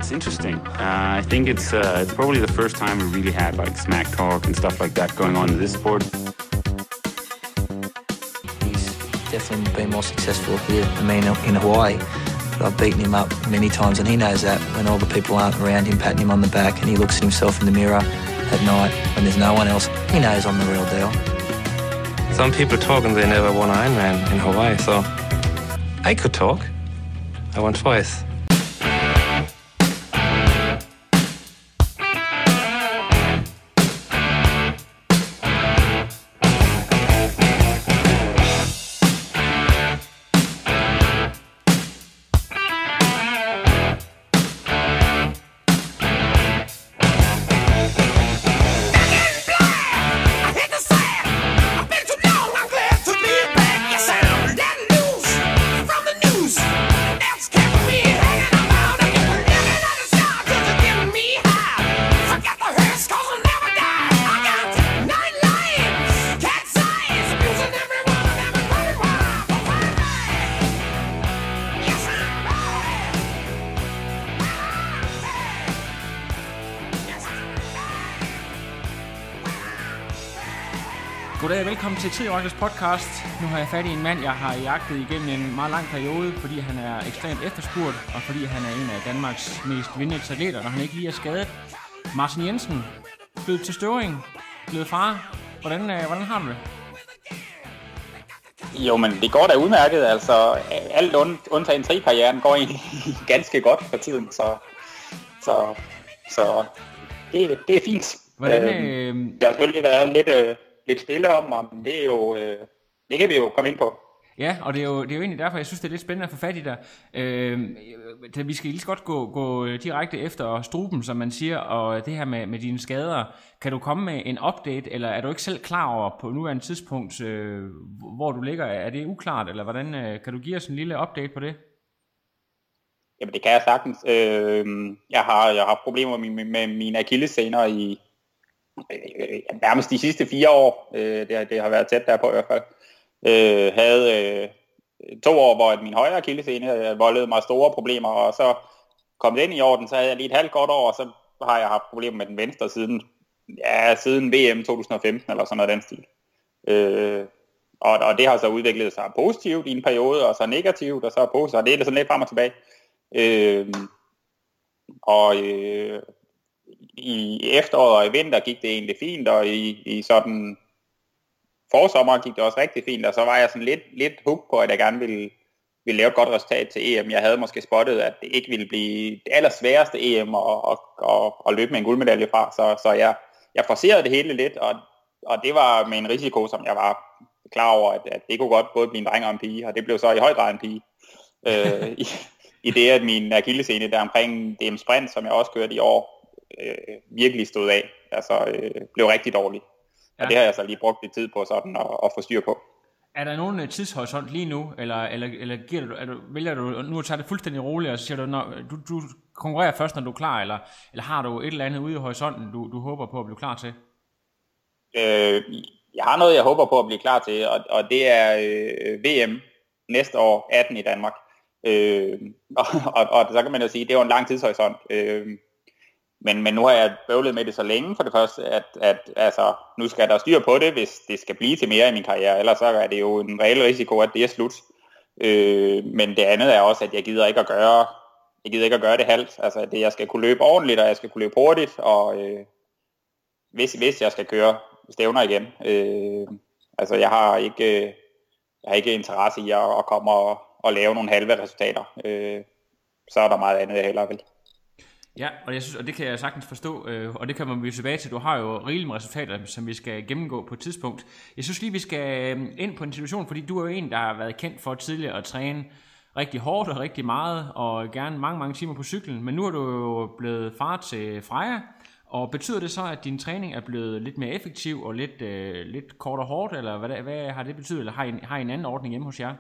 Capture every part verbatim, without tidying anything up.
it's interesting. Uh, I think it's uh, it's probably the first time we really had like smack talk and stuff like that going on in this sport. He's definitely been more successful here than me in Hawaii. But I've beaten him up many times, and he knows that when all the people aren't around him patting him on the back and he looks at himself in the mirror at night when there's no one else, he knows I'm the real deal. Some people talk and they never won Ironman in Hawaii, so I could talk. I won twice. Goddag, velkommen til Tri-Rockers podcast. Nu har jeg fat i en mand, jeg har jagtet igennem en meget lang periode, fordi han er ekstremt efterspurgt, og fordi han er en af Danmarks mest vindende atleter, når han ikke lige er skadet. Martin Jensen, blevet til støvring, blevet far. Hvordan, hvordan har du det? Jo, men det går da udmærket. Altså, alt undtagen tri-karrieren går egentlig ganske godt for tiden, så, så, så det, det er fint. Hvordan, øh... Det har selvfølgelig været lidt... Øh... lidt stille om, men det er jo, øh, det kan vi jo komme ind på. Ja, og det er jo, det er jo egentlig derfor, jeg synes, det er lidt spændende at få fat i dig. Øh, vi skal lige så godt gå, gå direkte efter struben, som man siger, og det her med, med dine skader. Kan du komme med en update, eller er du ikke selv klar over på nuværende tidspunkt, øh, hvor du ligger? Er det uklart, eller hvordan øh, kan du give os en lille update på det? Jamen, det kan jeg sagtens. Øh, jeg, har, jeg har problemer med, med, med mine akillessener i Øh, nærmest de sidste fire år, øh, det, det har været tæt der på i hvert fald, øh, havde øh, to år, hvor min højre akillessene voldede mig store problemer, og så kom det ind i orden, så havde jeg lige et halvt godt år, og så har jeg haft problemer med den venstre siden, ja, siden V M to tusind og femten, eller sådan noget den stil. Øh, og, og det har så udviklet sig positivt i en periode, og så negativt, og så positivt, og det er sådan lidt frem og tilbage. Øh, og øh, i efteråret og i vinter gik det egentlig fint, og i, i sådan forsommer gik det også rigtig fint, og så var jeg sådan lidt, lidt hooked på, at jeg gerne ville, ville lave et godt resultat til E M. Jeg havde måske spottet, at det ikke ville blive det allersværeste E M at, at, at, at løbe med en guldmedalje fra, så, så jeg, jeg forcerede det hele lidt, og, og det var med en risiko, som jeg var klar over, at, at det kunne godt både blive en dreng og en pige, og det blev så i høj grad en pige. øh, i, I det, at min akillessene der omkring D M Sprint, som jeg også kørte i år, Øh, virkelig stod af, altså øh, blev rigtig dårlig. Ja. Og det har jeg så lige brugt lidt tid på sådan at, at få styr på. Er der nogen tidshorisont lige nu, eller, eller, eller giver du, er du, vælger du nu at tage det fuldstændig roligt, og så siger du, når, du, du konkurrerer først, når du er klar, eller, eller har du et eller andet ude i horisonten, du, du håber på at blive klar til? Øh, jeg har noget, jeg håber på at blive klar til, og, og det er øh, V M næste år, atten i Danmark. Øh, og, og, og så kan man jo sige, det er jo en lang tidshorisont. Øh, Men, men nu har jeg bøvlet med det så længe for det første, at, at altså, nu skal der styr på det, hvis det skal blive til mere i min karriere. Ellers så er det jo en reel risiko, at det er slut. Øh, men det andet er også, at jeg gider ikke at gøre, jeg gider ikke at gøre det halvt. Altså, det, jeg skal kunne løbe ordentligt, og jeg skal kunne løbe hurtigt, og øh, hvis, hvis jeg skal køre stævner igen. Øh, altså, jeg har ikke, jeg har ikke interesse i at, at komme og, og lave nogle halve resultater. Øh, så er der meget andet, jeg hellere vil. Ja, og, jeg synes, og det kan jeg sagtens forstå, øh, og det kan man blive tilbage til. Du har jo rigelige resultater, som vi skal gennemgå på et tidspunkt. Jeg synes lige, vi skal ind på en situation, fordi du er jo en, der har været kendt for tidligere at træne rigtig hårdt og rigtig meget, og gerne mange, mange timer på cyklen. Men nu er du jo blevet far til Freja, og betyder det så, at din træning er blevet lidt mere effektiv og lidt, øh, lidt kort og hårdt, eller hvad, hvad har det betydet, eller har I, har I en anden ordning hjemme hos jer?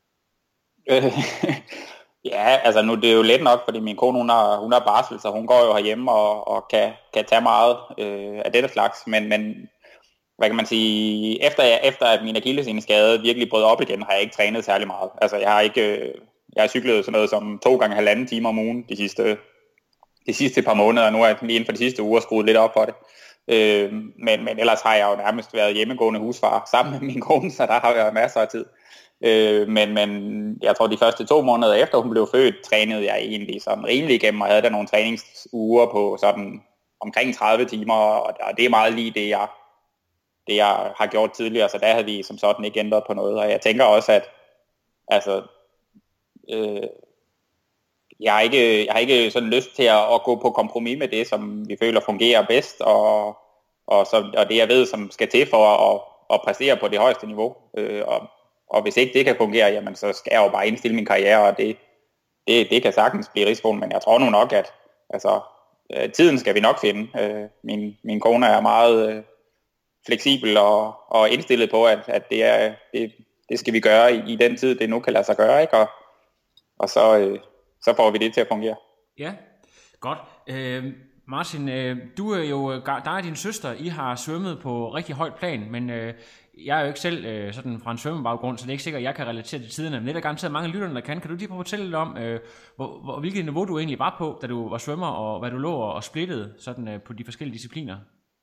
Ja, altså nu det er jo let nok, fordi min kone hun har, hun har barsel, så hun går jo herhjemme og, og kan, kan tage meget øh, af dette slags, men, men hvad kan man sige, efter, jeg, efter at min akillesseneskade virkelig brød op igen, har jeg ikke trænet særlig meget. Altså jeg har ikke, jeg har cyklet sådan noget som to gange halvanden timer om ugen de sidste de sidste par måneder, nu er jeg lige inden for de sidste uger skruet lidt op for det. Øh, men, men ellers har jeg jo nærmest været hjemmegående husfar sammen med min kone, så der har været masser af tid. Øh, men, men jeg tror, de første to måneder efter hun blev født, trænede jeg egentlig sådan rimelig igennem, og havde der nogle træningsuger på sådan omkring tredive timer, og det er meget lige det, jeg, det, jeg har gjort tidligere, så der havde vi som sådan ikke ændret på noget. Og jeg tænker også, at altså, øh, jeg, har ikke, jeg har ikke sådan lyst til at, at gå på kompromis med det, som vi føler fungerer bedst, og, og, så, og det jeg ved, som skal til for at, at præstere på det højeste niveau. Øh, og, og hvis ikke det kan fungere, jamen, så skal jeg jo bare indstille min karriere, og det, det, det kan sagtens blive risikoen, men jeg tror nu nok, at altså, tiden skal vi nok finde. Øh, min, min kone er meget øh, fleksibel og, og indstillet på, at, at det, er, det, det skal vi gøre i, i den tid, det nu kan lade sig gøre, ikke? Og, og så, øh, så får vi det til at fungere. Ja, godt. Øh, Martin, øh, du er jo, dig og din søster, I har svømmet på rigtig højt plan, men øh, jeg er jo ikke selv øh, sådan fra en svømmebaggrund, så det er ikke sikkert, at jeg kan relatere til tiderne, men det er der garanteret mange lytterne, der kan. Kan du lige prøve at fortælle lidt om, øh, hvor, hvor, hvilket niveau du egentlig var på, da du var svømmer, og hvad du lå og splittede sådan, øh, på de forskellige discipliner?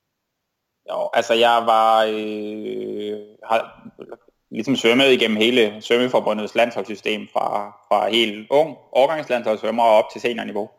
Jo, altså jeg var, øh, har ligesom svømmet igennem hele svømmeforbundets landsholdssystem, fra, fra helt ung årgangslandsholdssvømmer op til seniorniveau.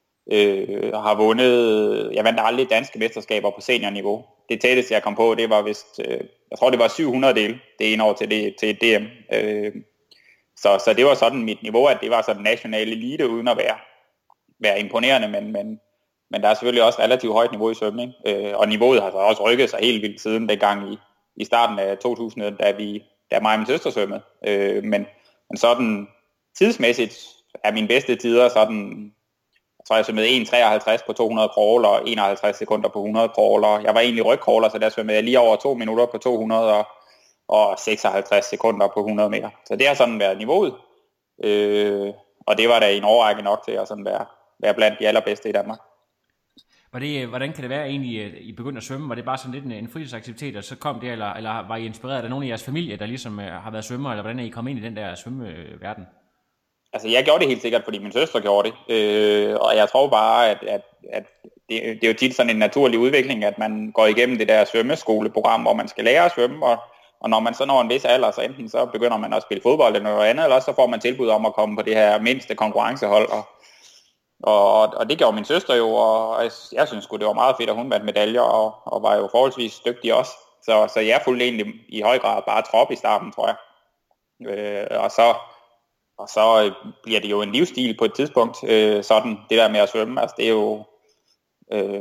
Øh, har vundet, jeg vandt aldrig danske mesterskaber på seniorniveau. Det tætteste jeg kom på, det var vist, øh, jeg tror det var syv hundrede del det ene år til, det, til D M. Øh, så, så det var sådan mit niveau, at det var sådan national elite, uden at være, være imponerende, men, men, men der er selvfølgelig også relativt højt niveau i svømning, øh, og niveauet har så også rykket sig helt vildt siden dengang i, i starten af to tusind, da vi, da mig og min søster svømmede. Øh, men, men sådan tidsmæssigt er mine bedste tider sådan, så jeg svømmede en komma treoghalvtreds på to hundrede crawl og enoghalvtreds sekunder på hundrede crawler. Jeg var egentlig rygcrawler, så der svømmede jeg lige over to minutter på to hundrede og, og seksoghalvtreds sekunder på hundrede meter. Så det har sådan været niveauet. Øh, og det var da en overrække nok til at sådan være, være blandt de allerbedste i Danmark. Var det, hvordan kan det være egentlig, at I begyndte at svømme? Var det bare sådan lidt en, en fritidsaktivitet, og så kom det, eller, eller var I inspireret af nogen i jeres familie, der ligesom uh, har været svømmer, eller hvordan er I kommet ind i den der svømmeverden? Altså jeg gjorde det helt sikkert, fordi min søster gjorde det, øh, og jeg tror bare, at, at, at det, det er jo tit sådan en naturlig udvikling, at man går igennem det der svømmeskoleprogram, hvor man skal lære at svømme, og, og når man så når en vis alder, så enten så begynder man at spille fodbold eller noget andet, eller også så får man tilbud om at komme på det her mindste konkurrencehold, og, og, og det gjorde min søster jo, og jeg synes sgu det var meget fedt, at hun vandt medaljer, og, og var jo forholdsvis dygtig også, så, så jeg fulgte egentlig i høj grad bare trop i starten, tror jeg, øh, og så Og så øh, bliver det jo en livsstil på et tidspunkt, øh, sådan det der med at svømme. Altså det er jo øh,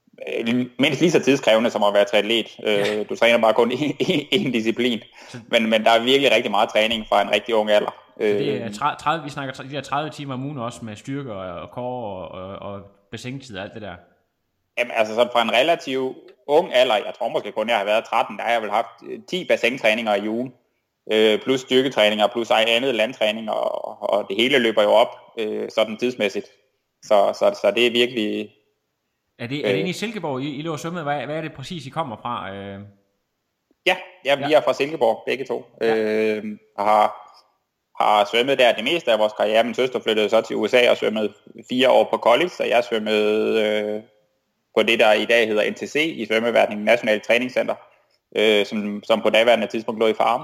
mindst lige så tidskrævende som at være triatlet. Øh, du træner bare kun én disciplin, men, men der er virkelig rigtig meget træning fra en rigtig ung alder. Så det er tredive, vi snakker de der tredive timer om ugen også med styrke og, og core og, og, og bassintid og alt det der. Jamen altså sådan fra en relativt ung alder, jeg tror måske kun jeg har været tretten, der har jeg vel haft ti bassintræninger i ugen. Øh, plus styrketræninger, plus andet landtræning, og, og det hele løber jo op øh, sådan tidsmæssigt. Så, så, så det er virkelig... Er det, er det inde i Silkeborg, I, I løber svømmet? Hvad, hvad er det præcis, I kommer fra? Øh... Ja, ja, vi ja. er fra Silkeborg, begge to. Ja. Øh, og har, har svømmet der det meste af vores karriere. Min søster flyttede så til U S A og svømmede fire år på college, så jeg svømmede øh, på det, der i dag hedder N T C, i svømmeverdenen Nationale Træningscenter, øh, som, som på daværende tidspunkt lå i Farum.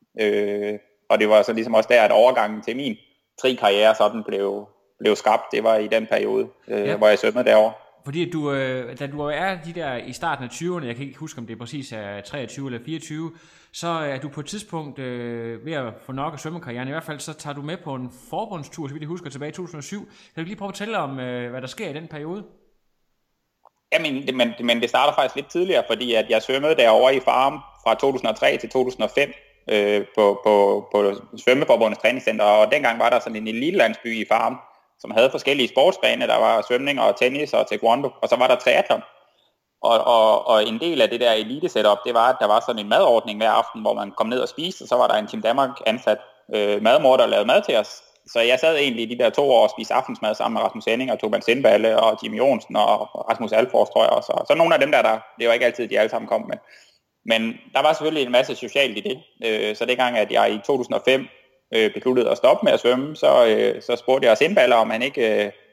Øh, og det var så ligesom også der, at overgangen til min tri-karriere sådan blev, blev skabt. Det var i den periode, øh, ja. hvor jeg svømmede derovre. Fordi du, øh, da du er de der i starten af tyverne, jeg kan ikke huske, om det præcis er treogtyve eller fireogtyve, så er du på et tidspunkt øh, ved at få nok af svømmekarrieren. I hvert fald så tager du med på en forbundstur, så vidt jeg husker, tilbage i to tusind og syv. Kan du lige prøve at fortælle om, øh, hvad der sker i den periode? Jamen, det, men, men det starter faktisk lidt tidligere, fordi at jeg svømmede derovre i Farum fra to tusind og tre til to tusind og fem. Øh, på, på, på Svømmeforbundets træningscenter, og dengang var der sådan en lille landsby i Farum, som havde forskellige sportsgrene. Der var svømning og tennis og taekwondo, og så var der triathlon. Og, og, og en del af det der elite-setup, det var, at der var sådan en madordning hver aften, hvor man kom ned og spiste, og så var der en Team Danmark ansat øh, madmor, der lavede mad til os. Så jeg sad egentlig i de der to år og spiste aftensmad sammen med Rasmus Henning og Tobias Sindballe og Jimmy Jonsen og Rasmus Alfors, tror jeg også. Så, så nogle af dem der, der, det var ikke altid, de alle sammen kom, men Men der var selvfølgelig en masse socialt i det, øh, så dengang, at jeg i to tusind og fem øh, besluttede at stoppe med at svømme, så, øh, så spurgte jeg Sindballer, om han ikke øh,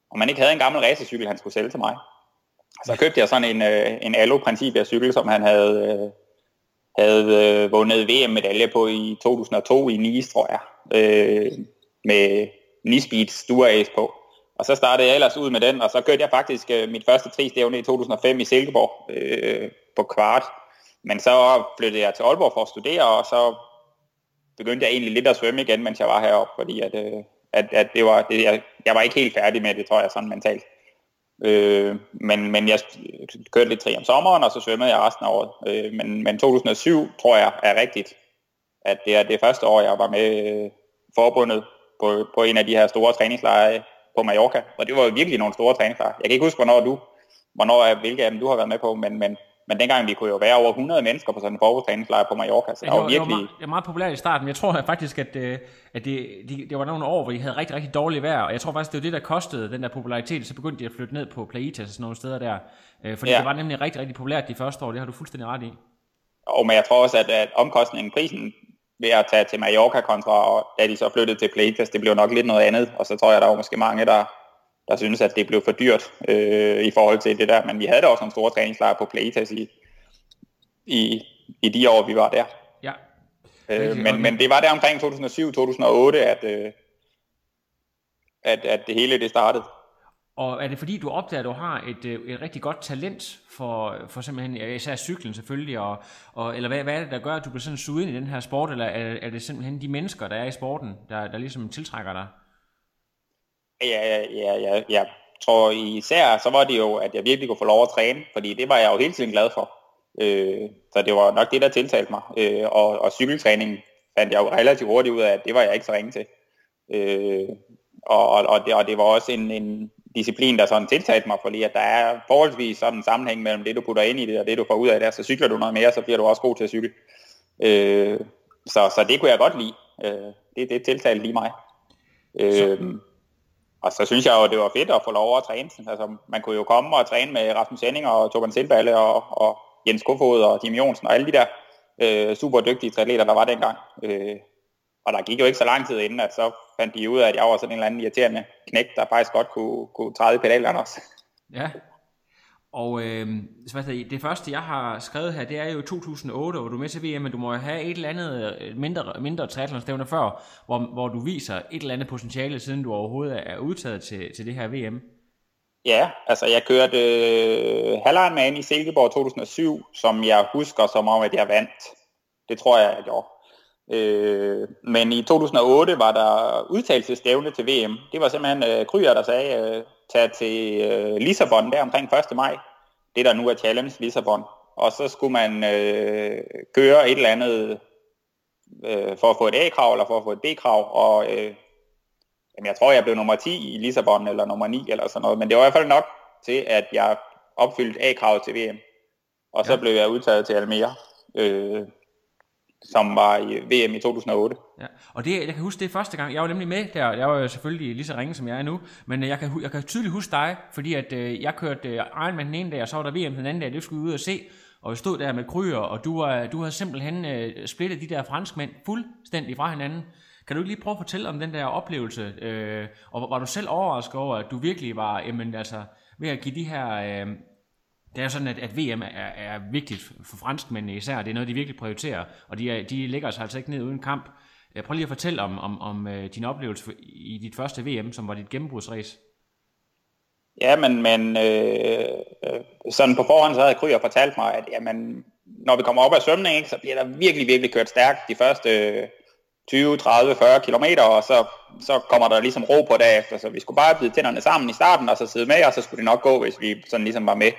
om man ikke havde en gammel racercykel, han skulle sælge til mig. Så købte jeg sådan en, øh, en Allo Principia cykel, som han havde, øh, havde øh, vundet V M-medalje på i to tusind og to i Nice, tror jeg. Øh, med Nice Beats Dual Ace på. Og så startede jeg ellers ud med den, og så kørte jeg faktisk øh, mit første tri-stævne i to tusind og fem i Silkeborg øh, på kvart. Men så flyttede jeg til Aalborg for at studere, og så begyndte jeg egentlig lidt at svømme igen, mens jeg var heroppe, fordi at, øh, at, at det var, det, jeg, jeg var ikke helt færdig med det, tror jeg, sådan mentalt. Øh, men, men jeg kørte lidt tri om sommeren, og så svømmede jeg resten af året. Øh, men, men to tusind og syv, tror jeg, er rigtigt, at det er det første år, jeg var med øh, forbundet på, på en af de her store træningslejre på Mallorca. Og det var jo virkelig nogle store træningslejre. Jeg kan ikke huske, hvornår du, hvornår, hvilke af dem du har været med på, men, men Men dengang vi kunne jo være over hundrede mennesker på sådan en forbudstræningslejr på Mallorca, så ja, det var, var virkelig... Det var, meget, det var meget populært i starten, men jeg tror faktisk, at, at det, det, det var nogle år, hvor de havde rigtig, rigtig dårligt vejr, og jeg tror faktisk, det var det, der kostede den der popularitet, så begyndte de at flytte ned på Playitas og sådan nogle steder der, fordi ja. Det var nemlig rigtig, rigtig populært de første år, det har du fuldstændig ret i. Og men jeg tror også, at, at omkostningen, prisen ved at tage til Mallorca kontra, og da de så flyttede til Playitas, det blev nok lidt noget andet, og så tror jeg, der var måske mange, der... der synes, at det blev for dyrt øh, i forhold til det der, men vi havde da også nogle store træningslejre på Playitas i I, i de år, vi var der. Ja. Øh, men, men det var der omkring to tusind og syv til to tusind og otte, at, øh, at, at det hele det startede. Og er det fordi, du opdager, at du har et, et rigtig godt talent for, for simpelthen, især cyklen selvfølgelig, og, og, eller hvad, hvad er det, der gør, at du bliver sådan suget ind i den her sport, eller er, er det simpelthen de mennesker, der er i sporten, der, der ligesom tiltrækker dig? Ja, ja, ja, jeg tror især, så var det jo, at jeg virkelig kunne få lov at træne, fordi det var jeg jo hele tiden glad for. Øh, så det var nok det, der tiltalte mig. Øh, og, og cykeltræning fandt jeg jo relativt hurtigt ud af, at det var jeg ikke så ringe til. Øh, og, og, det, og det var også en, en disciplin, der sådan tiltalte mig, fordi at der er forholdsvis sådan en sammenhæng mellem det, du putter ind i det, og det, du får ud af det. Så cykler du noget mere, så bliver du også god til at cykle. Øh, så, så det kunne jeg godt lide. Øh, det, det tiltalte lige mig. Øh, og så synes jeg jo, det var fedt at få lov at træne. Altså, man kunne jo komme og træne med Rasmus Henning og Torbjørn Silballe og, og Jens Kofod og Jimmy Jonsen og alle de der øh, super dygtige triatleter, der var dengang. Øh, og der gik jo ikke så lang tid inden, at så fandt de ud af, at jeg var sådan en eller anden irriterende knægt, der faktisk godt kunne, kunne træde i pedalerne også. Ja, og øh, det første, jeg har skrevet her, det er jo to tusind og otte, hvor du er med til V M, men du må have et eller andet mindre, mindre triathlonstævne før, hvor, hvor du viser et eller andet potentiale, siden du overhovedet er udtaget til, til det her V M. Ja, altså jeg kørte øh, halvIronman i Silkeborg to tusind og syv, som jeg husker som om, at jeg vandt. Det tror jeg, jeg gjorde. Øh, men i to tusind og otte var der udtagelsesstævne til V M. Det var simpelthen øh, Kryer, der sagde, øh, tag til øh, Lissabon der omkring første maj. Det der nu er Challenge Lissabon. Og så skulle man øh, køre et eller andet øh, for at få et A-krav eller for at få et B-krav. Og øh, jamen, jeg tror, jeg blev nummer ti i Lissabon eller nummer ni eller sådan noget. Men det var i hvert fald nok til, at jeg opfyldte A-kravet til V M. Og så ja. blev jeg udtaget til Almere. Øh, som var i V M i to tusind og otte. Ja, og det, jeg kan huske, det er første gang, jeg var nemlig med der, jeg var jo selvfølgelig lige så ringe, som jeg er nu, men jeg kan, jeg kan tydeligt huske dig, fordi at øh, jeg kørte øh, Ironman den ene dag, og så var der V M den anden dag, det skulle vi ud og se, og vi stod der med Kryer, og du, øh, du havde simpelthen øh, splittet de der franskmænd fuldstændig fra hinanden. Kan du ikke lige prøve at fortælle om den der oplevelse, øh, og var du selv overrasket over, at du virkelig var, jamen altså, ved at give de her... Øh, Det er jo sådan, at, at V M er, er vigtigt for franskmændene især. Det er noget, de virkelig prioriterer. Og de, er, de lægger sig altså ikke ned uden kamp. Prøv lige at fortælle om, om, om uh, din oplevelse i dit første V M, som var dit gennembrudsrace. Ja, men, men øh, sådan på forhånd så havde Kryer fortalt mig, at jamen, når vi kommer op af svømning, ikke, så bliver der virkelig, virkelig kørt stærkt de første tyve, tredive, fyrre kilometer, og så, så kommer der ligesom ro på derefter. Så vi skulle bare bide tænderne sammen i starten, og så sidde med, og så skulle det nok gå, hvis vi sådan ligesom var med.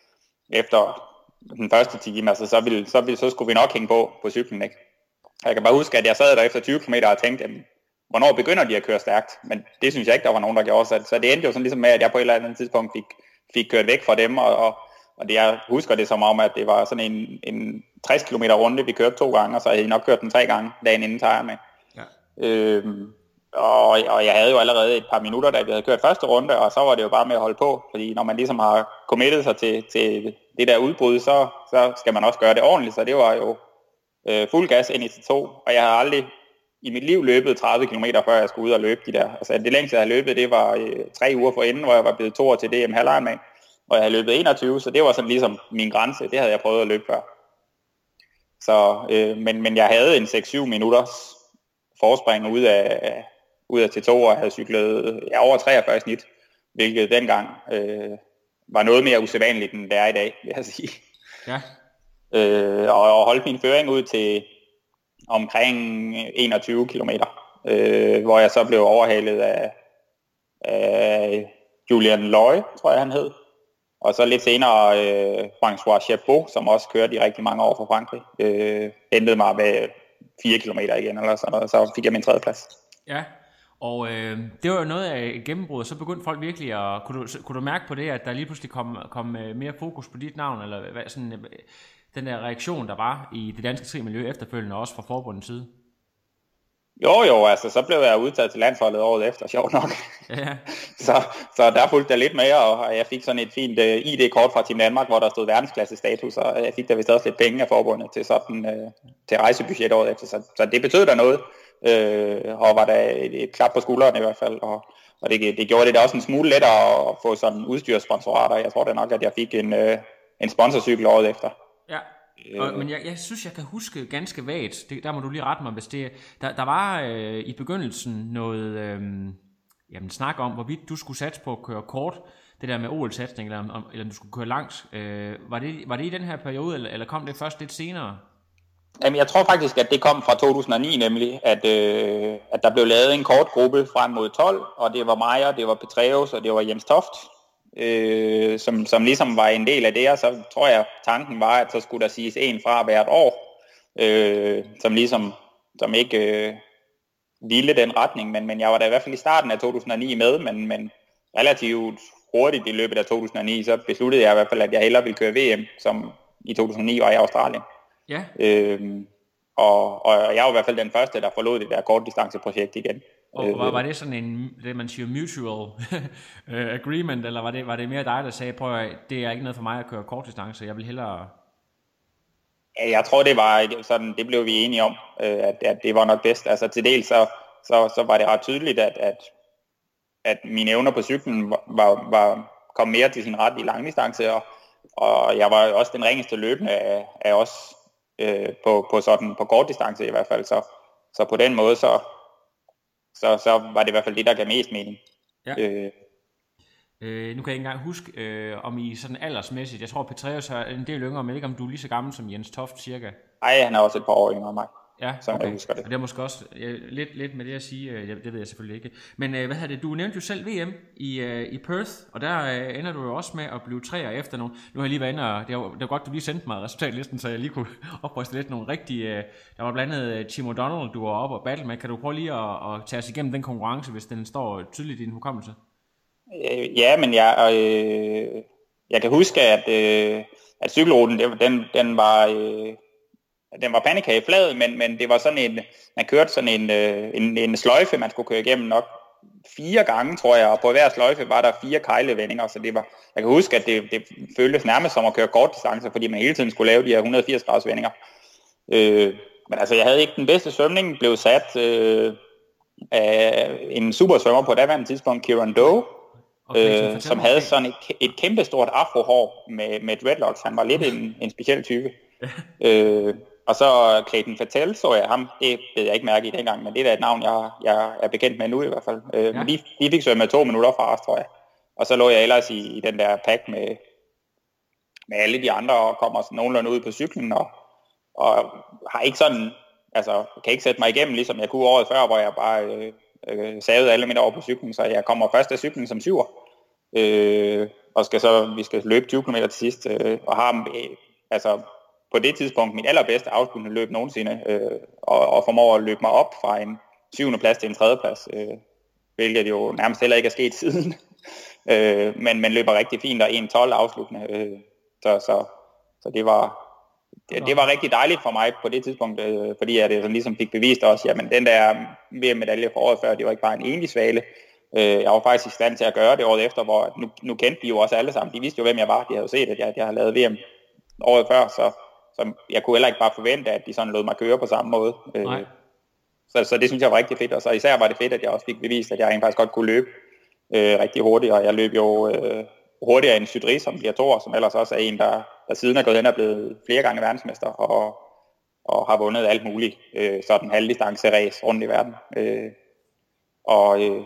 Efter den første time, altså, så, ville, så, ville, så skulle vi nok hænge på på cyklen, ikke? Jeg kan bare huske, at jeg sad der efter tyve kilometer og tænkte, jamen, hvornår begynder de at køre stærkt? Men det synes jeg ikke, der var nogen, der gjorde. Så, så det endte jo sådan ligesom med, at jeg på et eller andet tidspunkt fik, fik kørt væk fra dem, og, og, og det, jeg husker det som om, at det var sådan en, en tres kilometer runde, vi kørte to gange, og så havde jeg nok kørt den tre gange dagen inden tager med. Ja. Øhm, og, og jeg havde jo allerede et par minutter, da vi havde kørt første runde, og så var det jo bare med at holde på, fordi når man ligesom har committet sig til, til det der udbrud, så, så skal man også gøre det ordentligt, så det var jo øh, fuld gas ind i T to, og jeg har aldrig i mit liv løbet tredive kilometer, før jeg skulle ud og løbe de der. Altså det længste, jeg havde løbet, det var øh, tre uger forinden, hvor jeg var blevet to år til D M halvlejen, og jeg havde løbet enogtyve, så det var sådan ligesom min grænse. Det havde jeg prøvet at løbe før. Så, øh, men, men jeg havde en seks syv minutters forspring ud af, ud af T to, og havde cyklet ja, over treogfyrre snit, hvilket dengang øh, var noget mere usædvanligt, end det er i dag, vil jeg sige. Ja. Øh, og, og holdt min føring ud til omkring enogtyve kilometer, øh, hvor jeg så blev overhalet af, af Julian Loy, tror jeg han hed. Og så lidt senere øh, François Chabot, som også kørte i rigtig mange år for Frankrig, øh, hentede mig med fire kilometer igen, eller sådan noget, så fik jeg min tredje plads. Ja, og øh, det var jo noget af et gennembrud, og så begyndte folk virkelig at, kunne du, kunne du mærke på det, at der lige pludselig kom, kom mere fokus på dit navn, eller hvad, sådan, den der reaktion, der var i det danske tri-miljø efterfølgende, også fra forbundets side? Jo, jo, altså så blev jeg udtaget til landsholdet året efter, sjovt nok. Ja. så, så der fulgte jeg lidt med, og jeg fik sådan et fint uh, I D-kort fra Team Danmark, hvor der stod verdensklasse status, og jeg fik der vist også lidt penge af forbundet til sådan uh, til rejsebudget året efter, så, så det betød der noget, uh, og var der et, et klap på skulderen i hvert fald, og, og det, det gjorde det da også en smule lettere at få sådan udstyrssponsorater. Jeg tror da nok, at jeg fik en, uh, en sponsorcykel året efter. Ja. Og, men jeg, jeg synes, jeg kan huske ganske vagt, det, der må du lige rette mig, hvis det der, der var øh, i begyndelsen noget øh, jamen, snak om, hvorvidt du skulle satse på at køre kort, det der med O L-satsning, eller, om, eller om du skulle køre langt. Øh, var, det, var det i den her periode, eller, eller kom det først lidt senere? Jamen, jeg tror faktisk, at det kom fra to tusind og ni, nemlig, at, øh, at der blev lavet en kort gruppe frem mod tolv, og det var mig, og det var Petræus, og det var Jens Toft, Øh, som, som ligesom var en del af det, og så tror jeg, tanken var, at så skulle der siges en fra hvert år, øh, som ligesom som ikke øh, ville den retning, men, men jeg var da i hvert fald i starten af to tusind og ni med, men, men relativt hurtigt i løbet af to tusind og ni, så besluttede jeg i hvert fald, at jeg hellere ville køre V M, som i to tusind og ni var i Australien. Ja. Øh, og, og jeg var i hvert fald den første, der forlod det der kortdistanceprojekt igen. Og var, var det sådan en, det man siger, mutual agreement, eller var det, var det mere dig, der sagde, prøv at, det er ikke noget for mig at køre kortdistance, jeg vil hellere... Ja, jeg tror, det var sådan, det blev vi enige om, at, at det var nok bedst. Altså til dels så, så, så var det ret tydeligt, at, at, at mine evner på cyklen var, var, kom mere til sin ret i langdistance, og, og jeg var også den ringeste løbende af, af os øh, på, på, sådan, på kortdistance i hvert fald. Så, så på den måde, så Så, så var det i hvert fald det, der gav mest mening. Ja. Øh. Øh, nu kan jeg ikke engang huske, øh, om I sådan aldersmæssigt, jeg tror Petræus er en del yngre, men ikke om du er lige så gammel som Jens Toft cirka? Nej, han er også et par år yngre end mig. Ja, som okay. Jeg husker det. Og det er måske også ja, lidt, lidt med det at sige, øh, det ved jeg selvfølgelig ikke. Men øh, hvad havde det, du nævnte jo selv V M i, øh, i Perth, og der øh, ender du jo også med at blive treer efter nogle. Nu har jeg lige været inde, og det var, det var godt, du lige sendte mig resultatlisten, så jeg lige kunne opryste lidt nogle rigtige. Øh, der var blandt andet øh, Tim O'Donnell, du var oppe og battle med. Kan du prøve lige at, at tage os igennem den konkurrence, hvis den står tydeligt i din hukommelse? Øh, ja, men jeg, øh, jeg kan huske, at, øh, at cykelruten, den, den var... Øh, Den var pandekageflad, men, men det var sådan en, man kørte sådan en, en, en sløjfe, man skulle køre igennem nok fire gange, tror jeg, og på hver sløjfe var der fire kejlevendinger, så det var, jeg kan huske, at det, det føltes nærmest som at køre kort distance, fordi man hele tiden skulle lave de her et hundrede og firs graders vendinger. Øh, men altså, jeg havde ikke den bedste svømning, blev sat øh, af en super svømmer på daværende tidspunkt, Kieran Doe, øh, som havde sådan et, et kæmpestort afrohår med, med dreadlocks. Han var lidt en, en speciel type. øh, Og så Clayton Fattel, så jeg ham, det ved jeg ikke mærke i dengang, men det er da et navn, jeg, jeg er bekendt med nu i hvert fald. Øh, ja. Men de, de fik så med to minutter fra os, tror jeg. Og så lå jeg ellers i, i den der pack med, med alle de andre, og kommer sådan nogenlunde ud på cyklen, og, og har ikke sådan, altså kan ikke sætte mig igennem, ligesom jeg kunne året før, hvor jeg bare øh, øh, savede alle mine over på cyklen, så jeg kommer først af cyklen som syver. Øh, og skal så, vi skal løbe tyve kilometer til sidst, øh, og har øh, altså... på det tidspunkt min allerbedste afsluttende løb nogensinde, øh, og, og formår at løbe mig op fra en syvende plads til en tredje plads, øh, hvilket jo nærmest heller ikke er sket siden. øh, men man løber rigtig fint og en tolv afsluttende, øh, så, så, så det var det, det var rigtig dejligt for mig på det tidspunkt, øh, fordi jeg det ligesom fik bevist også, jamen den der V M-medalje for året før, det var ikke bare en enlig svale. Øh, jeg var faktisk i stand til at gøre det året efter, hvor nu, nu kendte de jo også alle sammen, de vidste jo hvem jeg var, de havde jo set, at jeg, jeg havde lavet V M året før, så Så jeg kunne heller ikke bare forvente, at de sådan lod mig køre på samme måde. Nej. så, så det synes jeg var rigtig fedt, og så især var det fedt, at jeg også fik bevist, at jeg rent faktisk godt kunne løbe øh, rigtig hurtigt, og jeg løb jo øh, hurtigere end Sydri, som bliver to år, som ellers også er en, der, der siden er gået hen og blevet flere gange verdensmester, og, og har vundet alt muligt, øh, sådan halvdistance-race rundt i verden. Øh, og øh,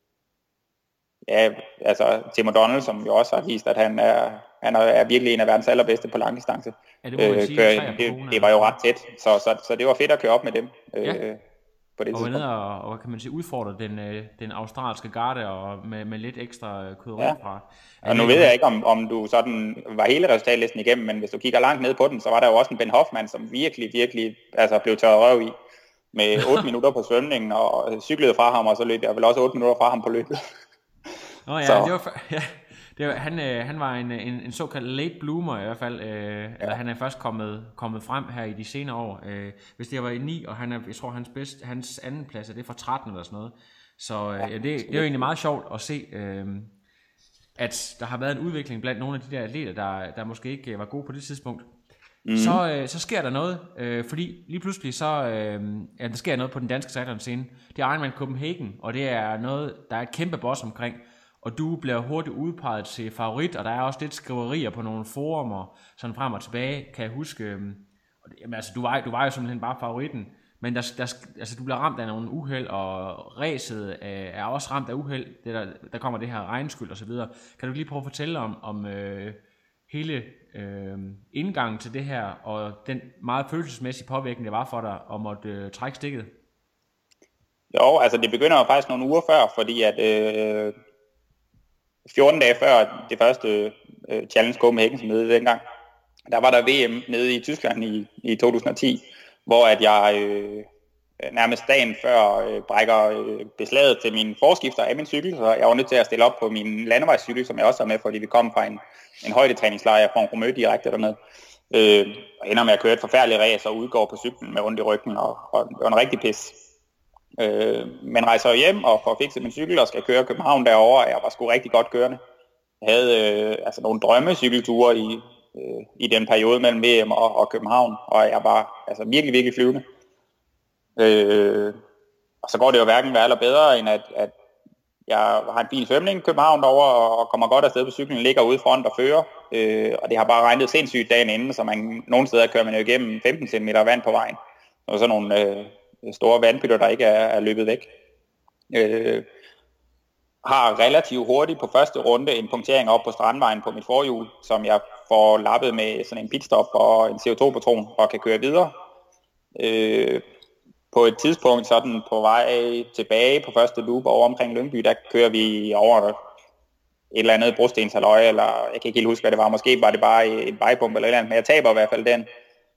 ja, altså Tim O'Donnell, som jo også har vist, at han er, han er virkelig en af verdens allerbedste på langdistance. Ja, det, øh, sige, det, det var jo ret tæt, så, så, så det var fedt at køre op med dem. Ja. Øh, på det og var nede og, og kan man sige, udfordre den, øh, den australske garde og med, med lidt ekstra krydderi ja. fra. Og nu ved jeg ikke, om, om du sådan var hele resultatlisten igennem, men hvis du kigger langt ned på den, så var der jo også en Ben Hoffman, som virkelig, virkelig altså, blev tørret røv i med otte minutter på svømningen, og cyklede fra ham, og så løb jeg vel også otte minutter fra ham på løbet. Nå ja, så. det var... Ja. Det var, han, øh, han var en, en, en såkaldt late bloomer i hvert fald, øh, ja. eller han er først kommet, kommet frem her i de senere år. Øh, hvis det var i ni, og han er, jeg tror hans, bedst, hans anden plads er det fra tretten eller sådan noget. Så øh, ja, det, det er jo egentlig meget sjovt at se, øh, at der har været en udvikling blandt nogle af de der atleter, der, der måske ikke var gode på det tidspunkt. Mm. Så, øh, så sker der noget, øh, fordi lige pludselig så, øh, ja, der sker noget på den danske triathlon-scene. Det er Ironman Copenhagen, og det er noget, der er et kæmpe boss omkring. Og du bliver hurtigt udpeget til favorit, og der er også lidt skriverier på nogle forumer, sådan frem og tilbage, kan jeg huske. Og det, jamen, altså, du, var, du var jo simpelthen bare favoritten, men der, der, altså, du bliver ramt af nogle uheld, og ræset er også ramt af uheld. Det der, der kommer det her regnskyld og så videre. Kan du lige prøve at fortælle om, om øh, hele øh, indgangen til det her, og den meget følelsesmæssige påvirkning, det var for dig, om at øh, trække stikket? Jo, altså det begynder jo faktisk nogle uger før, fordi at... Øh fjorten dage før det første uh, Challenge Copenhagen, som hed dengang, der var der V M nede i Tyskland i, i to tusind og ti, hvor at jeg øh, nærmest dagen før øh, brækker øh, beslaget til min forskifter af min cykel, så jeg var nødt til at stille op på min landevejscykel, som jeg også var med, fordi vi kom fra en, en højdetræningslejr fra en Romø direkte dernede. Øh, og ender med at køre et forfærdeligt race og udgår på cyklen med ondt i ryggen, og, og det var en rigtig pis. Øh, men rejser hjem og får fikset min cykel og skal køre København derovre, og jeg var sgu rigtig godt kørende. Jeg havde øh, altså nogle drømmecykelture i, øh, i den periode mellem V M og, og København, og jeg var altså virkelig, virkelig flyvende. Øh, og så går det jo hverken værre eller bedre, end at, at jeg har en fin svømning i København derovre, og kommer godt afsted på cyklen, ligger ude front og fører. Øh, og det har bare regnet sindssygt dagen inden, så man nogle steder kører man jo igennem femten centimeter vand på vejen. Og sådan nogle... Øh, store vandpytter, der ikke er, er løbet væk. Øh, har relativt hurtigt på første runde en punktering op på Strandvejen på mit forhjul, som jeg får lappet med sådan en pitstop og en C O to patron og kan køre videre. Øh, på et tidspunkt sådan på vej tilbage på første loop over omkring Lyngby, der kører vi over et eller andet brostenshalløj, eller jeg kan ikke helt huske, hvad det var. Måske var det bare en vejbump eller et eller andet, men jeg taber i hvert fald den.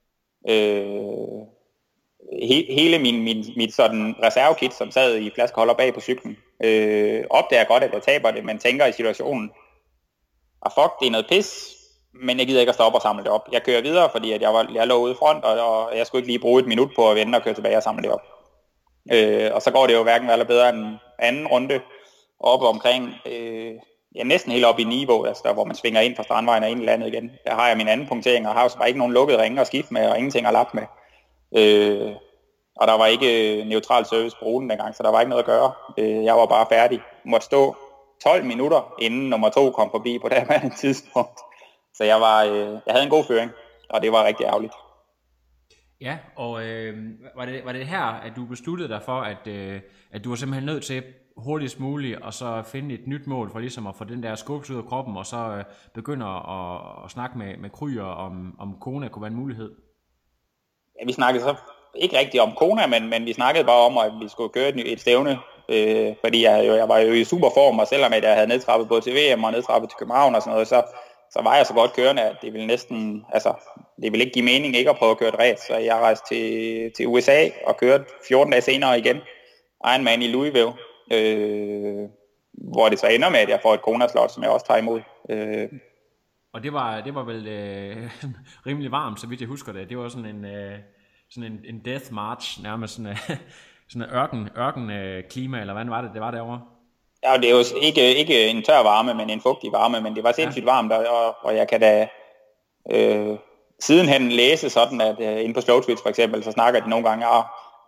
Øh, He, hele min, min, mit sådan reservekit, som sad i flaskeholder bag på cyklen, øh, opdager godt, at jeg taber det, men tænker i situationen, ah fuck, det er noget pis, men jeg gider ikke at stoppe og samle det op. Jeg kører videre, fordi at jeg, var, jeg lå ude i front, og, og jeg skulle ikke lige bruge et minut på at vente og køre tilbage og samle det op. Øh, og så går det jo hverken eller bedre end anden runde, oppe omkring, øh, ja, næsten helt op i niveau, altså der, hvor man svinger ind fra Strandvejen og ind i landet igen. Der har jeg min anden punktering, og har jo så bare ikke nogen lukkede ringe at skifte med, og ingenting at lappe med. Øh, og der var ikke neutral service på ruten dengang, så der var ikke noget at gøre. Øh, jeg var bare færdig. Måtte stå tolv minutter, inden nummer to kom forbi på det her tidspunkt. Så jeg, var, øh, jeg havde en god føring, og det var rigtig ærgerligt. Ja, og øh, var, det, var det her, at du besluttede dig for, at, øh, at du var simpelthen nødt til hurtigst muligt, og så finde et nyt mål for ligesom at få den der skubbelse ud af kroppen, og så øh, begynde at, at snakke med, med Kryer om, om Kona kunne være en mulighed? Ja, vi snakkede så ikke rigtig om Kona, men, men vi snakkede bare om, at vi skulle køre et, et stævne, øh, fordi jeg, jo, jeg var jo i super form, og selvom jeg havde nedtrappet både til V M og nedtrappet til København og sådan noget, så, så var jeg så godt kørende, at det ville næsten, altså, det ville ikke give mening ikke at prøve at køre et race, så jeg rejste til, til U S A og kørte fjorten dage senere igen, Ironman i Louisville, øh, hvor det så ender med, at jeg får et Kona-slot, som jeg også tager imod. Øh, Og det var, det var vel øh, rimelig varmt, så vidt jeg husker det. Det var sådan en, øh, sådan en, en death march, nærmest sådan, øh, sådan en ørken, ørken øh, klima, eller hvad var det, det var derovre? Ja, det er jo ikke, ikke en tør varme, men en fugtig varme, men det var sindssygt ja. varmt, og, og jeg kan da øh, sidenhen læse sådan, at øh, inde på Slow Twitch for eksempel, så snakker de nogle gange, at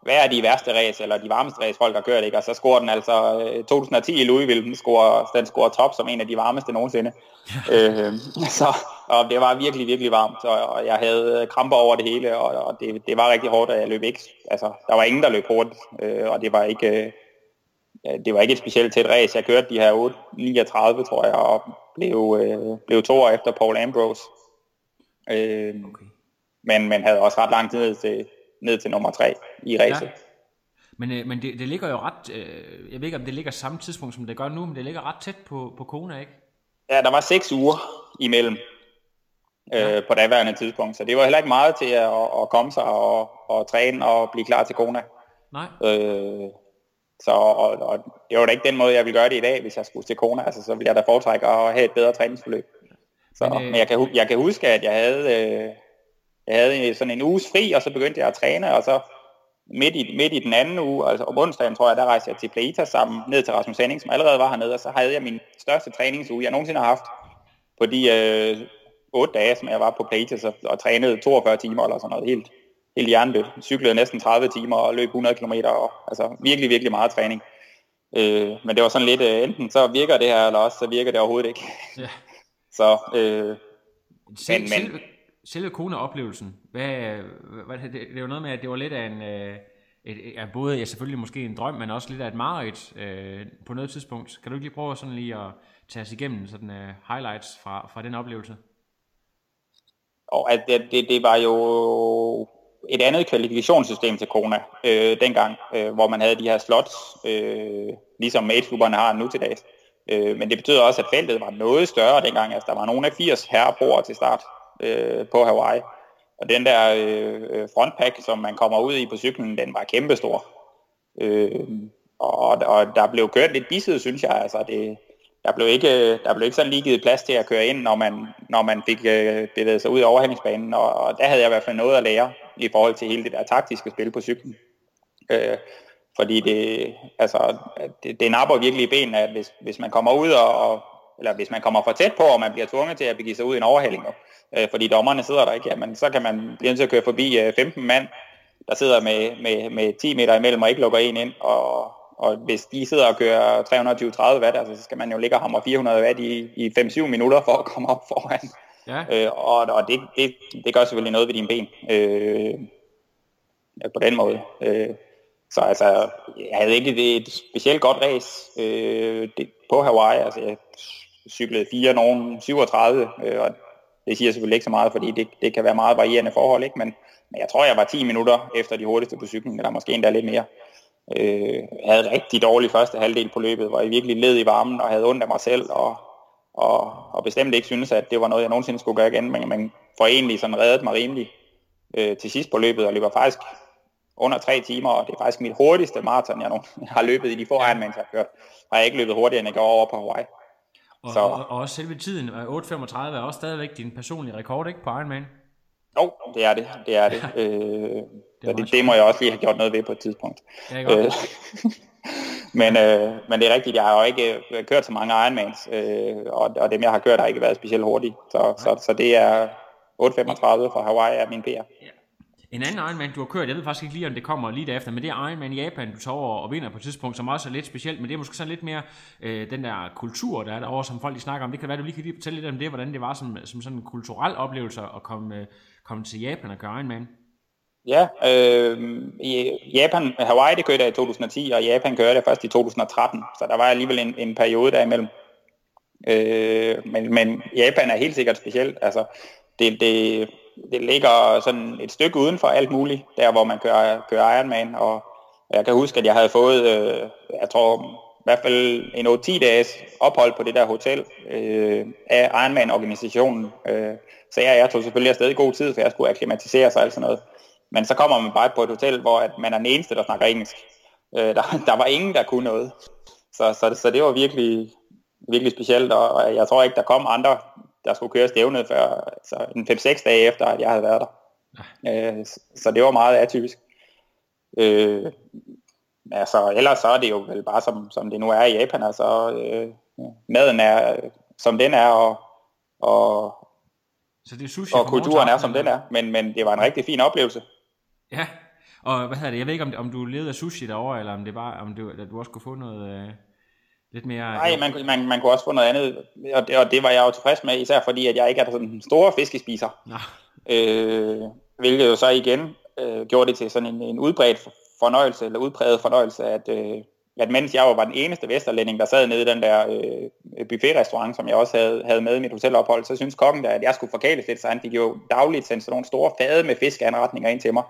hvad er de værste race, eller de varmeste race, folk har kørt, ikke? Og så scorer den altså to tusind og ti i Louisville, den scorer, den scorer top som en af de varmeste nogensinde. øh, så, og det var virkelig, virkelig varmt, og jeg havde kramper over det hele, og, og det, det var rigtig hårdt, at jeg løb ikke. Altså, der var ingen, der løb hurtigt, øh, og det var ikke... Øh, det var ikke et specielt tæt race. Jeg kørte de her otte niogtredive, tror jeg, og blev, øh, blev to år efter Paul Ambrose. Øh, okay. men, men havde også ret langt ned til, ned til nummer tre i racet. Ja. Men, øh, men det, det ligger jo ret, øh, jeg ved ikke om det ligger samme tidspunkt som det gør nu, men det ligger ret tæt på, på Kona, ikke? Ja, der var seks uger imellem øh, ja. på daværende tidspunkt, så det var heller ikke meget til at, at komme sig og, og træne og blive klar til Kona. Nej. Øh, Så og, og det var da ikke den måde, jeg ville gøre det i dag, hvis jeg skulle til Kona. Altså, så ville jeg da foretrække at have et bedre træningsforløb. Så, men, øh... men jeg, kan, jeg kan huske, at jeg havde, øh, jeg havde sådan en uges fri, og så begyndte jeg at træne, og så midt i, midt i den anden uge, altså om onsdagen, tror jeg, der rejste jeg til Plata sammen, ned til Rasmus Henning, som allerede var hernede, og så havde jeg min største træningsuge, jeg nogensinde har haft, på de øh, otte dage, som jeg var på Plata, så, og trænede toogfyrre timer eller sådan noget helt. Helt hjernedødt. Cyklede næsten tredive timer og løb hundrede kilometer. Og, altså virkelig, virkelig meget træning. Øh, men det var sådan lidt, øh, enten så virker det her, eller også så virker det overhovedet ikke. Ja. Så, øh, Sel, men, selve, selve Kona-oplevelsen, hvad, hvad, det, det er jo noget med, at det var lidt af en, øh, et, ja, både ja, selvfølgelig måske en drøm, men også lidt af et mareridt øh, på noget tidspunkt. Kan du ikke lige prøve sådan lige at tage os igennem sådan uh, highlights fra, fra den oplevelse? Og at det, det, det var jo et andet kvalifikationssystem til Kona øh, dengang, øh, hvor man havde de her slots, øh, ligesom age-klubberne har nu til dags. Øh, men det betød også, at feltet var noget større dengang. Altså, der var nogle af firs herrebroer til start øh, på Hawaii. Og den der øh, frontpack, som man kommer ud i på cyklen, den var kæmpestor. Øh, og, og der blev kørt lidt bisset, synes jeg. Altså, det, der, blev ikke, der blev ikke sådan lige givet plads til at køre ind, når man, når man fik øh, bevæget sig ud af overhældingsbanen. Og, og der havde jeg i hvert fald noget at lære i forhold til hele det der taktiske spil på cyklen. Øh, fordi det, altså, det, det napper virkelig i benene, at hvis, hvis man kommer ud og, og eller hvis man kommer for tæt på, og man bliver tvunget til at begive sig ud i en overhælding, øh, fordi dommerne sidder der ikke, jamen, så kan man blive nødt til at køre forbi øh, femten mand, der sidder med, med, med ti meter imellem og ikke lukker en ind, og, og hvis de sidder og kører tre hundrede tyve til tredive watt, altså, så skal man jo ligge og hamre fire hundrede watt i, i fem til syv minutter for at komme op foran. Ja. Øh, og og det, det, det gør selvfølgelig noget ved dine ben, øh, på den måde. Øh, så altså, jeg havde ikke et specielt godt race øh, det, på Hawaii, altså jeg cyklede fire, nogen syvogtredive, øh, og det siger selvfølgelig ikke så meget, fordi det, det kan være meget varierende forhold, ikke? Men, men jeg tror, jeg var ti minutter efter de hurtigste på cyklen, eller måske endda lidt mere. Øh, jeg havde rigtig dårlig første halvdel på løbet, hvor jeg virkelig led i varmen og havde ondt af mig selv, og, og, og bestemt ikke synes, at det var noget, jeg nogensinde skulle gøre igen, men man får egentlig sådan reddet mig rimelig øh, til sidst på løbet, og løber faktisk under tre timer, og det er faktisk mit hurtigste maraton, jeg har løbet i de få Ironmans, jeg har kørt. Har jeg ikke løbet hurtigere, end jeg går over på Hawaii. Og, og, og også selve tiden, otte femogtredive, er også stadigvæk din personlige rekord, ikke, på Ironman? Jo, det er det. Det er det. øh, det, det, det må jeg også lige have gjort noget ved på et tidspunkt. Øh, men, øh, men det er rigtigt, jeg har jo ikke kørt så mange Ironmans, øh, og, og dem jeg har kørt har ikke været specielt hurtigt. Så, så, så det er otte femogtredive fra Hawaii er min P R. Ja. En anden Ironman, du har kørt, jeg ved faktisk ikke lige, om det kommer lige derefter, men det er Ironman i Japan, du tager over og vinder på et tidspunkt, som også er lidt specielt, men det er måske sådan lidt mere øh, den der kultur, der er derovre, som folk de snakker om. Det kan være, du lige kan lige fortælle lidt om det, hvordan det var som, som sådan en kulturel oplevelse at komme, øh, komme til Japan og køre Ironman. Ja, øh, i Japan, Hawaii det kørte jeg i to tusind og ti, og Japan kørte jeg først i to tusind og tretten, så der var alligevel en, en periode derimellem. Øh, men, men Japan er helt sikkert specielt, altså det, det Det ligger sådan et stykke uden for alt muligt, der hvor man kører, kører Ironman, og jeg kan huske, at jeg havde fået, øh, jeg tror i hvert fald en otte til ti dages ophold på det der hotel øh, af Ironman-organisationen, øh, så jeg, jeg tog selvfølgelig afsted i god tid, for jeg skulle akklimatisere sig og alt sådan noget. Men så kommer man bare på et hotel, hvor at man er den eneste, der snakker engelsk. Øh, der, der var ingen, der kunne noget. Så, så, så det var virkelig, virkelig specielt, og jeg tror ikke, der kom andre, der skulle køre stævnet før, altså en fem seks dage efter, at jeg havde været der. Ja. Øh, så det var meget atypisk. Øh, altså, ellers så er det jo vel bare, som, som det nu er i Japan. Altså, øh, maden er, som den er, og, og, så det er sushi og kulturen er, som den er. Men, men det var en rigtig fin oplevelse. Ja, Og hvad hedder det, jeg ved ikke, om, om du levede af sushi derovre, eller om det var, om du, eller du også kunne få noget øh, lidt mere... Nej, man, man, man kunne også få noget andet, og det, og det var jeg jo tilfreds med, især fordi, at jeg ikke er sådan en store fiskespiser. Øh, hvilket jo så igen øh, gjorde det til sådan en, en udbredt fornøjelse, eller udpræget fornøjelse, at, øh, at mens jeg jo var den eneste vesterlænding, der sad nede i den der øh, buffetrestaurant, som jeg også havde, havde med i mit hotelophold, så synes kokken der, at jeg skulle forkæles lidt, så han fik jo dagligt sendt sådan nogle store fade med fiskeanretninger ind til mig.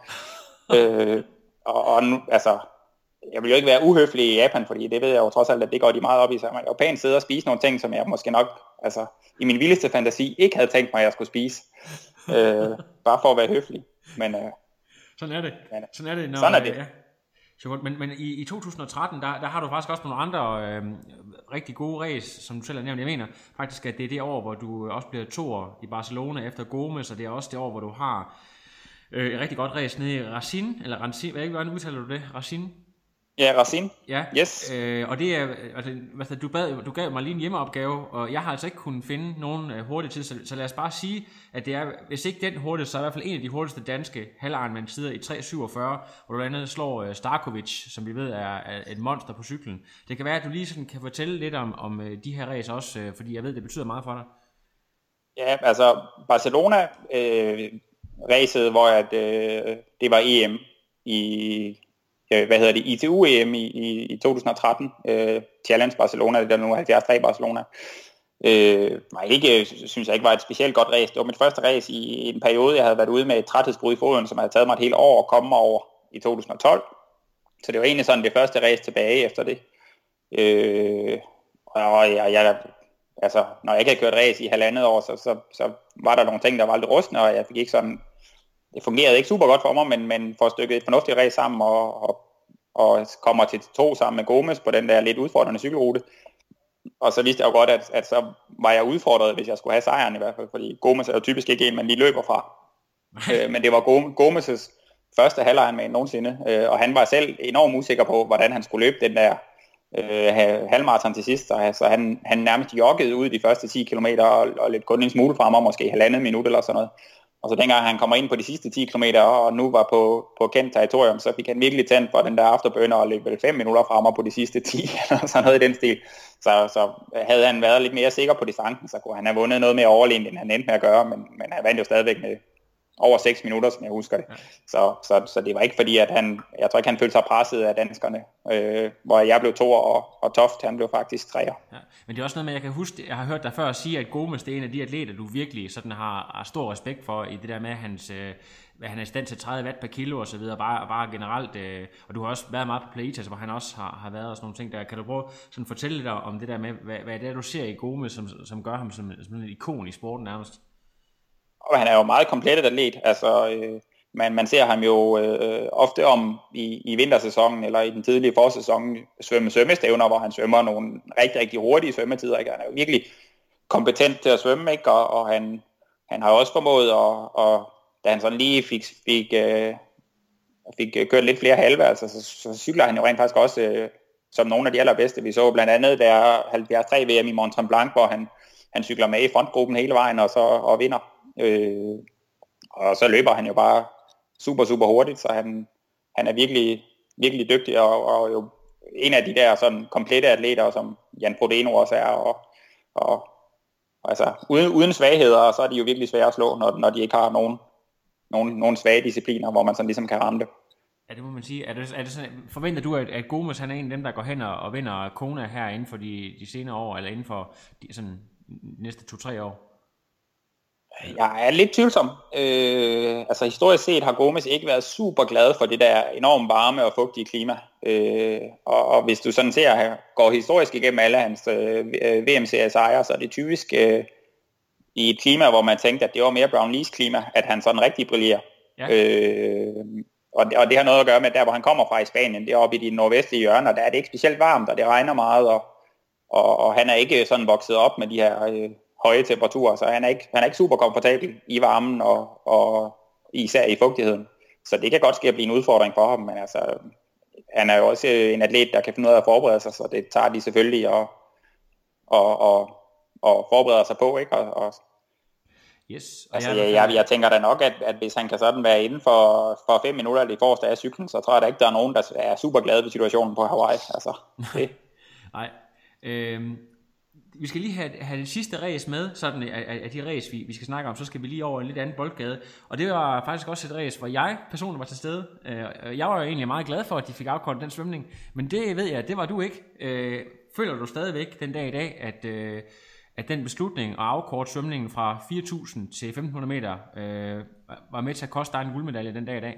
øh, og, og nu, altså, jeg vil jo ikke være uhøflig i Japan, fordi det ved jeg jo trods alt, at det går de meget op i, så man kan jo pænt sidde og spise nogle ting, som jeg måske nok, altså i min vildeste fantasi, ikke havde tænkt mig, at jeg skulle spise. øh, bare for at være høflig. Men, øh, sådan er det. Sådan er det. Når, sådan er det. Ja. Men, men i, i to tusind og tretten, der, der har du faktisk også nogle andre øh, rigtig gode race, som du selv har nævnt. Jeg mener faktisk, at det er det år, hvor du også bliver toer i Barcelona efter Gomes, og det er også det år, hvor du har øh, et rigtig godt race nede i Racine, eller Racine, hvad ikke, hvordan udtaler du det? Racine? Ja, Racine. Ja, yes. øh, og det er, altså, du, bad, du gav mig lige en hjemmeopgave, og jeg har altså ikke kunnet finde nogen øh, hurtige tid, så, så lad os bare sige, at det er, hvis ikke den hurtigste, så er i hvert fald en af de hurtigste danske halv-Ironman-tider i tre syvogfyrre, hvor du blandt andet slår øh, Starkovic, som vi ved er, er et monster på cyklen. Det kan være, at du lige sådan kan fortælle lidt om, om øh, de her race også, øh, fordi jeg ved, det betyder meget for dig. Ja, altså Barcelona øh, racet, hvor at, øh, det var E M i... hvad hedder det, I T U-E M i, i, i to tusind og tretten, øh, Challenge Barcelona, det der nu halvfjerds tre Barcelona, øh, var ikke, synes jeg ikke var et specielt godt race. Det var mit første race i en periode, jeg havde været ude med et træthedsbrud i foden, som havde taget mig et helt år at komme mig over i to tusind og tolv. Så det var egentlig sådan det første race tilbage efter det. Øh, og jeg, jeg, altså, når jeg ikke havde kørt race i halvandet år, så, så, så var der nogle ting, der var lidt rustne, og jeg fik ikke sådan... Det fungerede ikke super godt for mig, men, men får stykket et fornuftigt race sammen og, og, og kommer til to sammen med Gomes på den der lidt udfordrende cykelrute. Og så vidste jeg jo godt, at, at så var jeg udfordret, hvis jeg skulle have sejren i hvert fald, fordi Gomes er jo typisk ikke en, man lige løber fra. øh, men det var Gomes' første halv-Ironman nogensinde, øh, og han var selv enormt usikker på, hvordan han skulle løbe den der øh, halvmarathon til sidst, så, så han, han nærmest joggede ud de første ti kilometer og, og lidt kun en smule frem og måske halvandet minut eller sådan noget. Og så dengang han kommer ind på de sidste ti kilometer, og nu var på, på kendt territorium, så fik han virkelig tændt for den der afterburner og løb vel fem minutter frem på de sidste ti, eller sådan noget i den stil. Så, så havde han været lidt mere sikker på distancen, så kunne han have vundet noget mere overlegent, end han endte med at gøre, men, men han vandt jo stadigvæk med over seks minutter, som jeg husker det. Så, så, så det var ikke fordi, at han, jeg tror ikke, han følte sig presset af danskerne, øh, hvor jeg blev toer, og, og Toft, han blev faktisk treer. Ja. Men det er også noget med, jeg kan huske, jeg har hørt dig før sige, at Gomes, det er en af de atleter, du virkelig sådan har, har stor respekt for, i det der med, hans, øh, hvad han er i stand til tredive watt per kilo og så videre, bare, bare generelt, øh, og du har også været meget på Plaitas, hvor han også har, har været og sådan nogle ting der. Kan du prøve sådan fortælle lidt om det der med, hvad, hvad det er, du ser i Gomes, som, som gør ham som, som en ikon i sporten nærmest? Og han er jo meget komplet atlet, altså øh, man, man ser ham jo øh, ofte om i, i vintersæsonen eller i den tidlige forsæson svømme svømmestævner, hvor han svømmer nogle rigtig, rigtig hurtige svømmetider, ikke? Han er jo virkelig kompetent til at svømme, ikke? Og, og han, han har også formået, og, og da han sådan lige fik, fik, øh, fik kørt lidt flere halve, altså, så, så cykler han jo rent faktisk også øh, som nogle af de allerbedste. Vi så blandt andet der halvfjerds tre V M i Mont Tremblant, hvor han, han cykler med i frontgruppen hele vejen og, så, og vinder. Øh, og så løber han jo bare super, super hurtigt, så han, han er virkelig, virkelig dygtig, og, og jo en af de der sådan komplette atleter, som Jan Frodeno også er, og, og altså uden, uden svagheder, så er de jo virkelig svære at slå, når, når de ikke har nogen, nogen, nogen svage discipliner, hvor man sådan ligesom kan ramme det. Ja, det må man sige. Er det, er det sådan, forventer du, at, at Gomes han er en af dem, der går hen og, og vinder Kona her inden for de, de senere år, eller inden for de sådan, næste to-tre år? Jeg er lidt tvivlsom. Øh, altså historisk set har Gomes ikke været super glad for det der enormt varme og fugtige klima. Øh, og, og hvis du sådan ser, går historisk igennem alle hans øh, V M-serie sejre, så er det typisk øh, i et klima, hvor man tænkte, at det var mere Brownlees klima, at han sådan rigtig brillerer. Ja. Øh, og, det, og det har noget at gøre med, der hvor han kommer fra i Spanien, det er oppe i de nordvestlige hjørner, der er det ikke specielt varmt, og det regner meget, og, og, og han er ikke sådan vokset op med de her... Øh, høje temperaturer, så han er ikke, han er ikke super komfortabel i varmen og, og især i fugtigheden. Så det kan godt ske at blive en udfordring for ham, men altså, han er jo også en atlet, der kan finde ud af at forberede sig, så det tager de selvfølgelig og, og, og, og forbereder sig på, ikke? Og, og Yes. Og Altså, jeg, jeg, jeg, jeg tænker da nok, at, at hvis han kan sådan være inden for, for fem minutter af det forreste af cyklen, så tror jeg da ikke, der er nogen, der er super glade ved situationen på Hawaii. Altså, det. Nej. Øhm, vi skal lige have, have det sidste race med, sådan af, af de race, vi, vi skal snakke om, så skal vi lige over en lidt anden boldgade. Og det var faktisk også et race, hvor jeg personligt var til stede. Øh, jeg var jo egentlig meget glad for, at de fik afkortet den svømning, men det ved jeg, det var du ikke. Øh, føler du stadigvæk den dag i dag, at... Øh, at den beslutning at afkorte svømningen fra fire tusind til femten hundrede meter øh, var med til at koste dig en guldmedalje den dag i dag?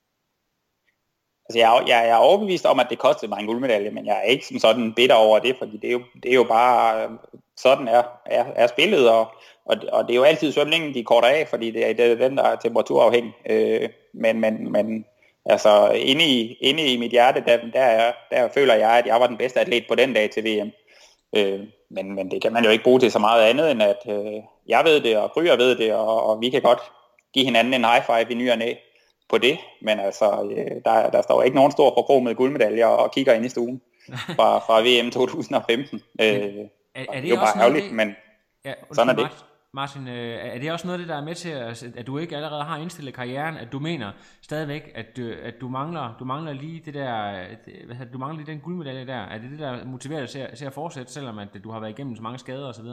Altså, jeg, jeg, jeg er overbevist om, at det kostede mig en guldmedalje, men jeg er ikke som sådan bitter over det, fordi det er jo, det er jo bare, sådan er, er, er spillet, og, og, og det er jo altid svømningen, de korter af, fordi det er, det er den, der er temperaturafhængig. Øh, men, men, men altså, inde i, inde i mit hjerte, der, der, der føler jeg, at jeg var den bedste atlet på den dag til V M. Øh, men, men det kan man jo ikke bruge til så meget andet, end at øh, jeg ved det, og Kryer ved det, og, og vi kan godt give hinanden en high five i ny og næ på det, men altså, øh, der, der står ikke nogen stor forkromede guldmedaljer og kigger ind i stuen fra, fra V M to tusind og femten. Øh, er, er det, det er jo bare ærgerligt, men ja, sådan er det. Martin, øh, er det også noget af det, der er med til, at, at du ikke allerede har indstillet karrieren, at du mener stadigvæk, at, du, at du, mangler, du mangler lige det der, hvad hedder, du mangler lige den guldmedalje der? Er det det, der motiverer dig til at, til at fortsætte, selvom at du har været igennem så mange skader osv.?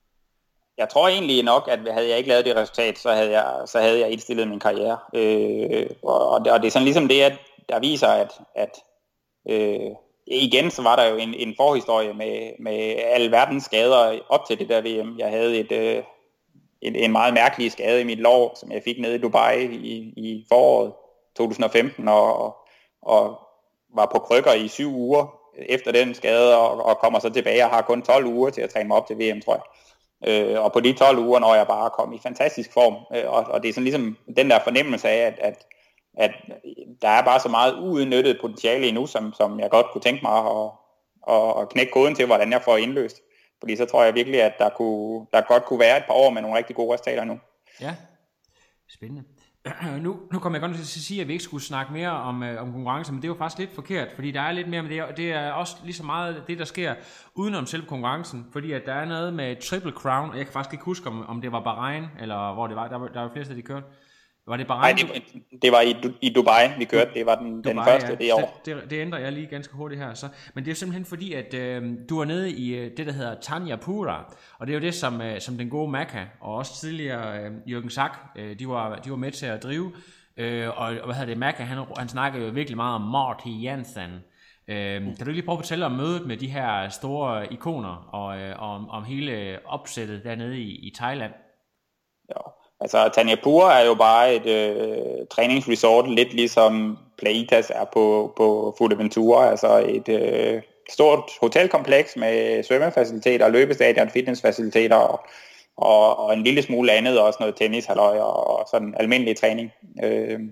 Jeg tror egentlig nok, at havde jeg ikke lavet det resultat, så havde jeg, så havde jeg indstillet min karriere. Øh, og, det, og det er sådan ligesom det, at der viser, at, at øh, igen så var der jo en, en forhistorie med, med alle verdens skader op til det der V M. Jeg havde et... Øh, En, en meget mærkelig skade i mit lår, som jeg fik nede i Dubai i, i foråret to tusind og femten, og, og var på krykker i syv uger efter den skade, og, og kommer så tilbage og har kun tolv uger til at træne mig op til V M, tror jeg. Øh, og på de tolv uger når jeg bare kom i fantastisk form, øh, og, og det er sådan ligesom den der fornemmelse af, at, at, at der er bare så meget uudnyttet potentiale endnu, som, som jeg godt kunne tænke mig at, at, at knække koden til, hvordan jeg får indløst. Fordi så tror jeg virkelig, at der, kunne, der godt kunne være et par år med nogle rigtig gode resultater nu. Ja, spændende. Nu, nu kommer jeg godt til at sige, at vi ikke skulle snakke mere om, øh, om konkurrence, men det er jo faktisk lidt forkert, fordi der er lidt mere, men det er, det er også lige så meget det, der sker udenom selve konkurrencen, fordi at der er noget med Triple Crown, og jeg kan faktisk ikke huske, om, om det var Bahrain, eller hvor det var, der var, der var flere steder, de kørte. Var det Bahrain? Nej, det, det var i, i Dubai, vi kørte. Det var den, Dubai, den første, ja. det år. Det, det, det ændrer jeg lige ganske hurtigt her. Så. Men det er simpelthen fordi, at øh, du er nede i øh, det, der hedder Thanyapura. Og det er jo det, som, øh, som den gode Macca, og også tidligere øh, Jürgen Sack, øh, de, var, de var med til at drive. Øh, og, og hvad hedder det, Macca, han, han snakker jo virkelig meget om Marty Jansen. Øh, kan du lige prøve at fortælle om mødet med de her store ikoner, og øh, om, om hele opsættet dernede i, i Thailand? Ja. Altså, Thanyapura er jo bare et øh, træningsresort, lidt ligesom Plaitas er på, på Fuerteventura, altså et øh, stort hotelkompleks med svømmefaciliteter, løbestadion, fitnessfaciliteter og, og, og en lille smule andet, også noget tennishalløj og, og sådan almindelig træning. Øh,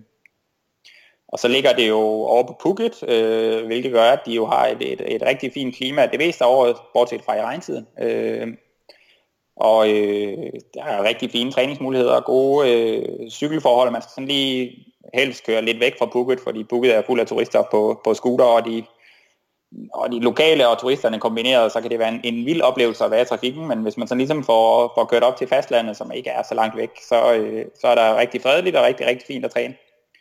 og så ligger det jo over på Phuket, øh, hvilket gør, at de jo har et, et, et rigtig fint klima det meste af året, bortset fra i regntiden. Øh, Og øh, der er rigtig fine træningsmuligheder og gode øh, cykelforhold. Man skal sådan lige helst køre lidt væk fra Phuket, fordi Phuket er fuld af turister på, på scooter, og de, og de lokale og turisterne kombineret, så kan det være en, en vild oplevelse at være i trafikken. Men hvis man så ligesom får, får kørt op til fastlandet, som ikke er så langt væk, så, øh, så er der rigtig fredeligt og rigtig, rigtig fint at træne.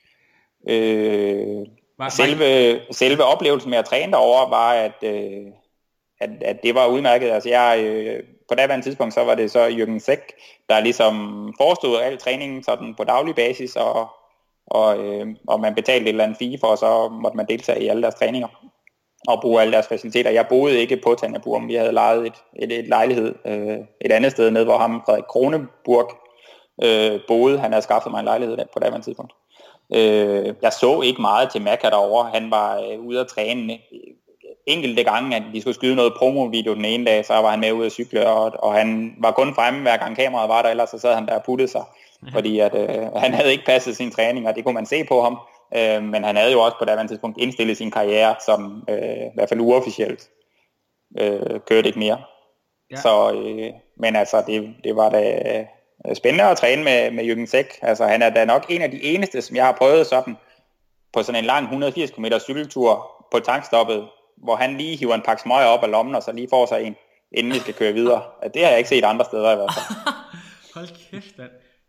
Øh, selve, selve oplevelsen med at træne derovre var, at, øh, at, at det var udmærket. Altså jeg... Øh, På daværende tidspunkt, så var det så Jürgen Sack, der ligesom forestod al træningen sådan på daglig basis, og, og, øh, og man betalte et eller andet fee for, og så måtte man deltage i alle deres træninger og bruge alle deres faciliteter. Jeg boede ikke på Thanyapura, men vi havde lejet et, et, et lejlighed øh, et andet sted nede, hvor ham Frederik Kroneburg øh, boede. Han havde skaffet mig en lejlighed der på daværende tidspunkt. Øh, jeg så ikke meget til Macca derovre. Han var øh, ude at træne enkelte gange, at de skulle skyde noget promo-video den ene dag, så var han med ude at cykle, og, og han var kun fremme, hver gang kameraet var der, ellers så sad han der og puttede sig, ja. fordi at, øh, han havde ikke passet sin træning, og det kunne man se på ham, øh, men han havde jo også på daværende tidspunkt indstillet sin karriere, som øh, i hvert fald uofficielt øh, kørte ikke mere. Ja. Så, øh, men altså, det, det var da øh, spændende at træne med, med Jürgen Sack. Altså, han er da nok en af de eneste, som jeg har prøvet sådan, på sådan en lang et hundrede og firs kilometer cykeltur på tankstoppet, hvor han lige hiver en pakke smøger op af lommen, og så lige får sig en, inden vi skal køre videre. Det har jeg ikke set andre steder i hvert fald. Hold kæft, man.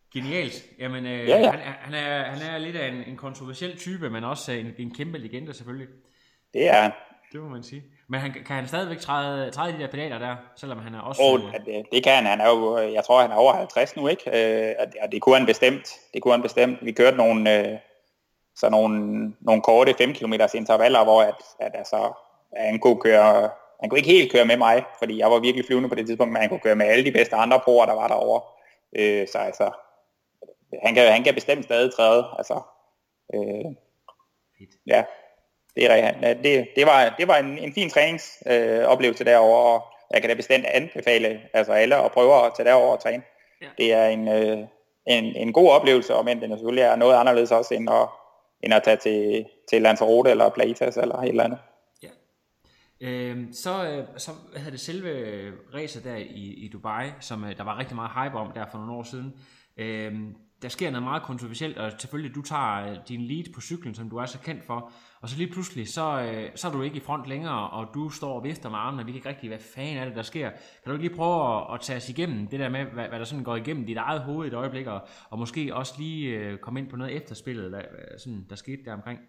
Genialt. Jamen, øh, ja, ja. Han, er, han, er, han er lidt af en, en kontroversiel type, men også en, en kæmpe legende selvfølgelig. Det er han. Det må man sige. Men han, kan han stadigvæk træde, træde de der pedaler der, selvom han er også... Oh, øh... det, det kan han. Han er jo, jeg tror, han er over halvtreds nu, ikke? Øh, og det kunne han bestemt. Det kunne han bestemt. Vi kørte nogle, øh, så nogle, nogle korte fem kilometers intervaller, hvor at, at altså, han kunne køre... Han kunne ikke helt køre med mig, fordi jeg var virkelig flyvende på det tidspunkt, men han kunne køre med alle de bedste andre proer, der var derovre. Øh, så altså, han kan, han kan bestemt stadig træde. Altså, øh, ja, det, er, det, det var, det var en, en fin træningsoplevelse øh, derovre, og jeg kan da bestemt anbefale altså alle at prøve at tage derover og træne. Ja. Det er en, øh, en, en god oplevelse, og men den selvfølgelig er noget anderledes også, end at, end at tage til, til Lanzarote eller Plaitas eller et eller andet. Øhm, så, øh, så havde det selve racet der i, i Dubai, som øh, der var rigtig meget hype om der for nogle år siden. Øhm, der sker noget meget kontroversielt, og selvfølgelig du tager øh, din lead på cyklen, som du er så kendt for, og så lige pludselig, så, øh, så er du ikke i front længere, og du står og vifter med armene, og vi kan ikke rigtig, hvad fanden er det, der sker. Kan du ikke lige prøve at, at tage os igennem det der med, hvad, hvad der sådan går igennem dit eget hoved i et øjeblik, og, og måske også lige øh, komme ind på noget efterspillet, hvad, sådan, der skete der omkring?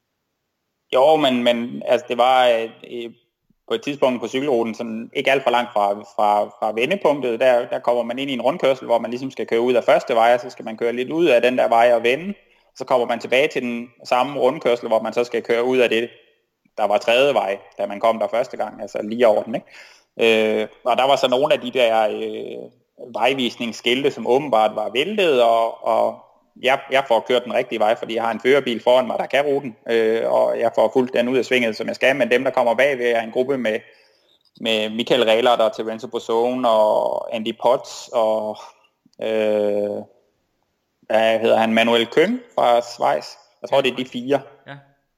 Jo, men, men altså, det var øh, på et tidspunkt på cykelruten, sådan ikke alt for langt fra, fra, fra vendepunktet. Der, der kommer man ind i en rundkørsel, hvor man ligesom skal køre ud af første vej, og så skal man køre lidt ud af den der vej og vende. Så kommer man tilbage til den samme rundkørsel, hvor man så skal køre ud af det, der var tredje vej, da man kom der første gang, altså lige over den, ikke? Øh, og der var så nogle af de der øh, vejvisningsskilte, som åbenbart var væltet, og, og Jeg, jeg får kørt den rigtige vej, fordi jeg har en førerbil foran mig, der kan ruten, øh, og jeg får fulgt den ud af svinget, som jeg skal. Men dem, der kommer bagved, er en gruppe med, med Michael Rehler, der til Renzo Bossone, og Andy Potts, og øh, hvad hedder han, Manuel Køng fra Schweiz. Jeg tror, det er de fire. Ja.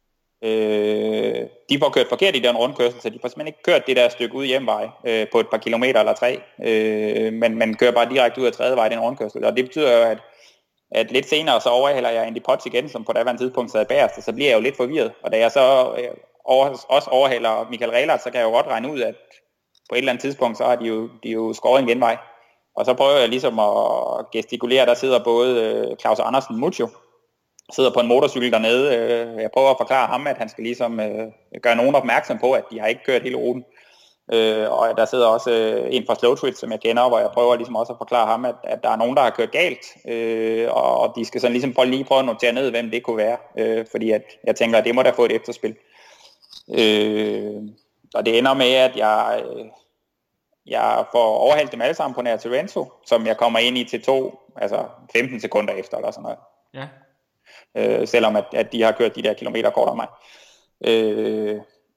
Øh, de får kørt forkert i den rundkørsel, så de får simpelthen ikke kørt det der stykke ud hjemvej øh, på et par kilometer eller tre, øh, men man kører bare direkte ud af tredje vej i den rundkørsel. Og det betyder jo, at at lidt senere så overhælder jeg Andy Potts igen, som på daværende tidspunkt sad bagerst, og så bliver jeg jo lidt forvirret. Og da jeg så øh, over, også overhælder Michael Rehler, så kan jeg jo godt regne ud, at på et eller andet tidspunkt, så har de jo, de jo skåret en genvej. Og så prøver jeg ligesom at gestikulere. Der sidder både øh, Claus Andersen Muccio, sidder på en motorcykel dernede. Øh, jeg prøver at forklare ham, at han skal ligesom øh, gøre nogen opmærksom på, at de har ikke kørt hele ruten. Øh, og der sidder også øh, en fra Slowtwitch, som jeg kender, hvor jeg prøver ligesom også at forklare ham, at, at der er nogen, der har kørt galt, øh, og de skal sådan ligesom prøve, lige prøve at notere ned, hvem det kunne være, øh, fordi at jeg tænker, at det må da få et efterspil. Øh, og det ender med, at jeg, øh, jeg får overhældt dem alle sammen på nær til Renzo, som jeg kommer ind i til to, altså femten sekunder efter, eller sådan noget. Ja. Øh, selvom at, at de har kørt de der kilometer kortere end mig. Øh,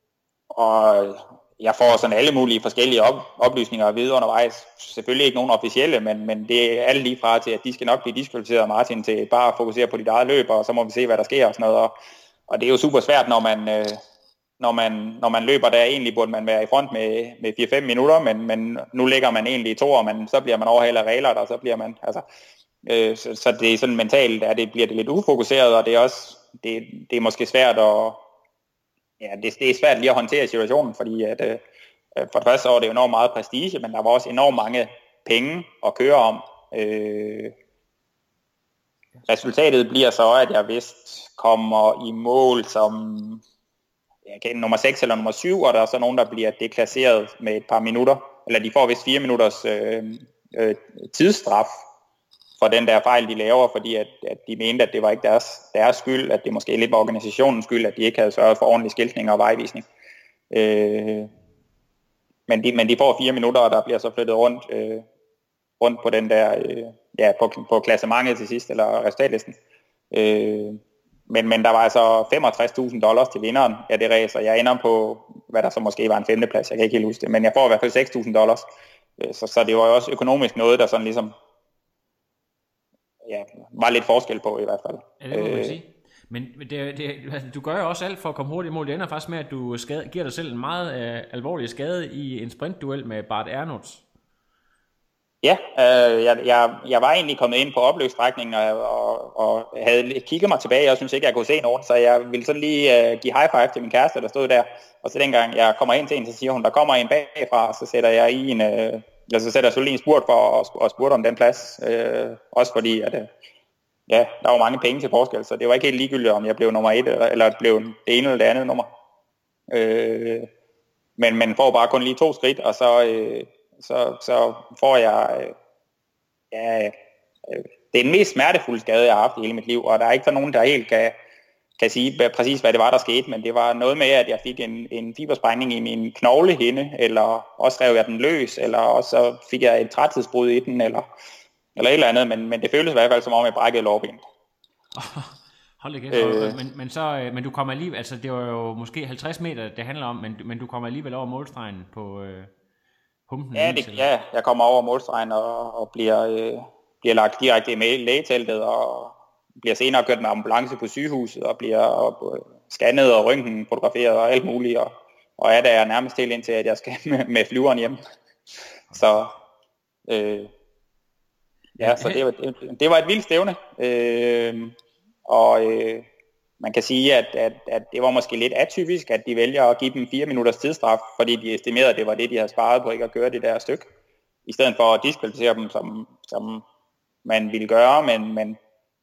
og jeg får sådan alle mulige forskellige op- oplysninger at vide undervejs. Selvfølgelig ikke nogen officielle, men, men det er alle lige fra til, at de skal nok blive diskvalificeret, Martin, til bare at fokusere på dit eget løb, og så må vi se, hvad der sker og sådan noget. Og, og det er jo super svært, når man, øh, når man, når man løber der. Egentlig burde man være i front med, med fire fem minutter, men, men nu ligger man egentlig i to, men så bliver man overhældet af Rehler, og så bliver man... Altså, øh, så, så det er sådan mentalt, at det bliver det lidt ufokuseret, og det er også... Det, det er måske svært at... Ja, det, det er svært lige at håndtere situationen, fordi at, øh, for det første var det enormt meget prestige, men der var også enormt mange penge at køre om. Øh, resultatet bliver så, at jeg vist kommer i mål som jeg kan, nummer seks eller nummer syv, og der er så nogen, der bliver deklasseret med et par minutter, eller de får vist fire minutters øh, øh, tidsstraf for den der fejl, de laver, fordi at, at de mente, at det var ikke deres, deres skyld, at det måske lidt var organisationens skyld, at de ikke havde sørget for ordentlig skiltning og vejvisning. Øh, men, de, men de får fire minutter, og der bliver så flyttet rundt, øh, rundt på den der, øh, ja, på, på klassementet til sidst, eller resultatlisten. Øh, men, men der var altså femogtres tusind dollars til vinderen af det race, og jeg ender på, hvad der så måske var en femteplads, jeg kan ikke helt huske det, men jeg får i hvert fald seks tusind dollars. Øh, så, så det var jo også økonomisk noget, der sådan ligesom ja, var lidt forskel på i hvert fald. Ja, det må man sige. Men det, det, du gør jo også alt for at komme hurtigt i mål. Det ender faktisk med, at du skade, giver dig selv en meget øh, alvorlig skade i en sprintduel med Bart Ernouts. Ja, øh, jeg, jeg, jeg var egentlig kommet ind på opløbsstrækningen og, og, og havde kigget mig tilbage. Jeg synes ikke, jeg kunne se nogen, så jeg ville sådan lige øh, give high five til min kæreste, der stod der. Og så dengang jeg kommer ind til hende, så siger hun, der kommer en bagfra, og så sætter jeg i en... Øh, altså sætter jeg selvfølgelig en spurt for at, at spurgte om den plads. Øh, også fordi, at øh, ja, der var mange penge til forskel, så det var ikke helt ligegyldigt, om jeg blev nummer et, eller, eller blev det ene eller det andet nummer. Øh, men man får bare kun lige to skridt, og så, øh, så, så får jeg... Øh, ja, øh, det er den mest smertefulde skade, jeg har haft i hele mit liv, og der er ikke så nogen, der helt kan, kan sige præcis, hvad det var, der skete, men det var noget med, at jeg fik en, en fibersprængning i min knoglehinde, eller også rev jeg den løs, eller også så fik jeg et træthedsbrud i den, eller, eller et eller andet, men, men det føltes i hvert fald, som om jeg brækkede lårbenet. Hold da kæft, øh, men, men, så, men du kommer alligevel, altså det var jo måske halvtreds meter, det handler om, men, men du kommer alligevel over målstregen på øh, pumpen? Ja, det, ja, jeg kommer over målstregen og, og bliver, øh, bliver lagt direkte i lægeteltet, og bliver senere kørt med ambulance på sygehuset, og bliver og, scannet og røntgen fotograferet og alt muligt, og, og er der nærmest helt indtil, at jeg skal med, med flyveren hjem. Så, øh, ja, så det var, det, det var et vildt stævne, øh, og øh, man kan sige, at, at, at det var måske lidt atypisk, at de vælger at give dem fire minutters tidsstraf, fordi de estimerede, at det var det, de havde sparet på ikke at gøre det der stykke, i stedet for at diskvalificere dem, som, som man ville gøre, men, men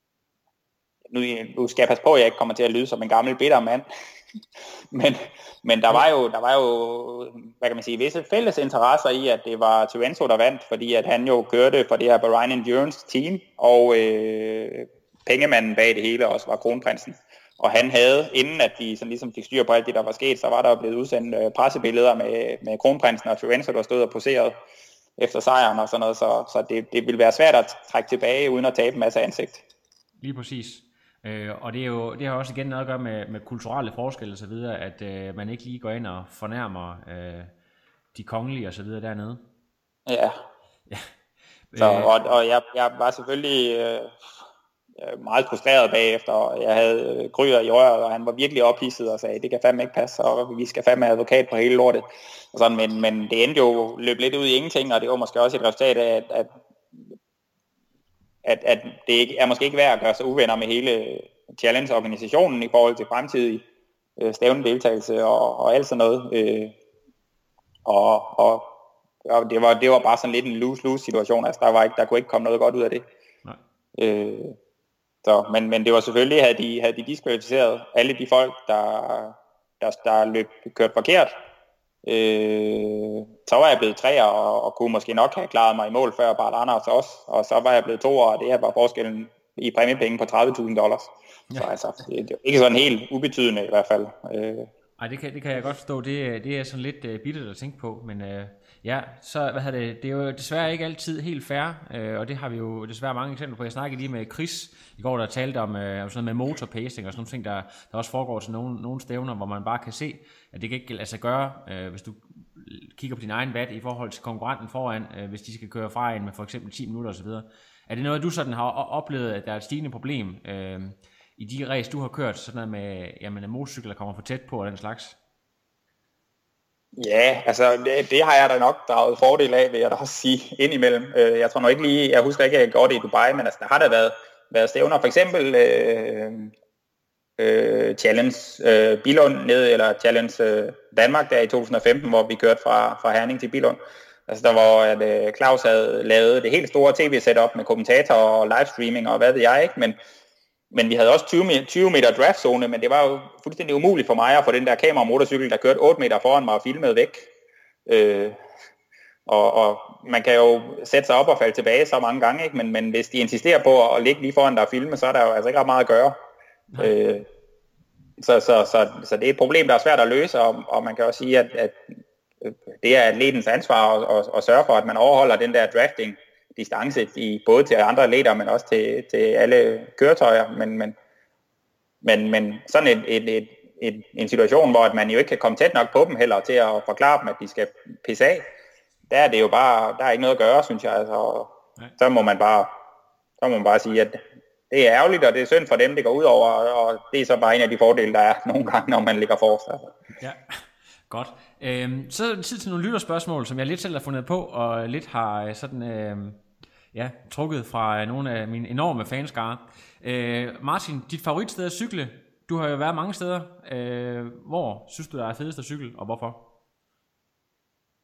nu, nu skal jeg passe på, at jeg ikke kommer til at lyde som en gammel bitter mand, men, men der var jo, der var jo, hvad kan man sige, visse fælles interesser i, at det var Turenzo, der vandt, fordi at han jo kørte for det her Bahrain Endurance team, og øh, pengemanden bag det hele også var kronprinsen. Og han havde, inden at de sådan ligesom fik styr på alt det, der var sket, så var der jo blevet udsendt øh, pressebilleder med, med kronprinsen og Turenzo, der stod og poseret efter sejren og sådan noget, så, så det, det ville være svært at trække tilbage, uden at tabe en masse ansigt. Lige præcis. Øh, og det er jo det har også igen noget at gøre med, med kulturelle forskelle og så videre, at øh, man ikke lige går ind og fornærmer øh, de kongelige og så videre dernede. Ja. Ja. Så, og og jeg, jeg var selvfølgelig øh, meget frustreret bagefter, og jeg havde Gryder i øret, og han var virkelig ophidset og sagde, det kan fandme ikke passe, og vi skal fandme have advokat på hele lortet. Og sådan, men, men det endte jo løb lidt ud i ingenting, og det var måske også et resultat af, at, at At, at det er måske ikke værd at gøre sig uvenner med hele challenge-organisationen i forhold til fremtidig øh, stævnedeltagelse og, og alt sådan noget. Øh, og og, og det, var, det var bare sådan lidt en lose-lose situation. Altså, der, var ikke, der kunne ikke komme noget godt ud af det. Nej. Øh, så, men, men det var selvfølgelig, havde de, havde de diskvalificeret alle de folk, der, der, der løb kørt forkert. Øh, så var jeg blevet treer og, og kunne måske nok have klaret mig i mål før Bart Anders også, og så var jeg blevet toer, og det her var forskellen i præmiepenge på tredive tusind dollars. Ja. Så altså, det, det er ikke sådan helt ubetydende i hvert fald. Øh. Ej, det kan, det kan jeg godt forstå. Det, det er sådan lidt uh, bittert at tænke på, men uh, ja, så hvad hedder det, det er jo desværre ikke altid helt fair, uh, og det har vi jo desværre mange eksempler på. Jeg snakkede lige med Chris i går, der talte om uh, sådan noget med motorpacing og sådan nogle ting, der, der også foregår til nogle, nogle stævner, hvor man bare kan se, at det kan ikke lade sig gøre, uh, hvis du kigger på din egen bat i forhold til konkurrenten foran, uh, hvis de skal køre fra en med for eksempel ti minutter osv. Er det noget, du sådan har oplevet, at der er et stigende problem uh, i de race, du har kørt, sådan noget med, jamen, at motorcykler kommer for tæt på og den slags? Ja, altså det, det har jeg da nok draget fordel af, vil jeg da også sige, indimellem. Jeg tror nok ikke lige, jeg husker ikke, at jeg gjorde det i Dubai, men altså der har der været, været stævner, for eksempel øh, øh, Challenge øh, Billund ned, eller Challenge øh, Danmark der i to tusind og femten, hvor vi kørte fra, fra Herning til Billund. Altså der var, at øh, Claus havde lavet det helt store tv-setup med kommentatorer og livestreaming og hvad ved jeg ikke, men Men vi havde også tyve meter draftzone, men det var jo fuldstændig umuligt for mig at få den der kamera-motorcykel, der kørte otte meter foran mig og filmede væk. Øh, og, og man kan jo sætte sig op og falde tilbage så mange gange, ikke? Men, men hvis de insisterer på at ligge lige foran dig og filme, så er der jo altså ikke ret meget at gøre. Øh, så, så, så, så det er et problem, der er svært at løse, og, og man kan også sige, at, at det er atletens ansvar at, at, at sørge for, at man overholder den der drafting distance i både til andre atleter, men også til, til alle køretøjer, men, men, men, men sådan et, et, et, et, en situation, hvor man jo ikke kan komme tæt nok på dem heller til at forklare dem, at de skal pisse af, der er det jo bare, der er ikke noget at gøre, synes jeg, altså, så må man bare så må man bare sige, at det er ærgerligt, og det er synd for dem, det går ud over, og det er så bare en af de fordele, der er nogle gange, når man ligger forrest. Altså. Ja, godt. Øhm, så er det tid til nogle lytterspørgsmål, som jeg lidt selv har fundet på, og lidt har sådan, øhm, ja, trukket fra nogle af mine enorme fanskare. Øh, Martin, dit favoritsted at cykle? Du har jo været mange steder. Øh, hvor synes du, der er fedest at cykle, og hvorfor?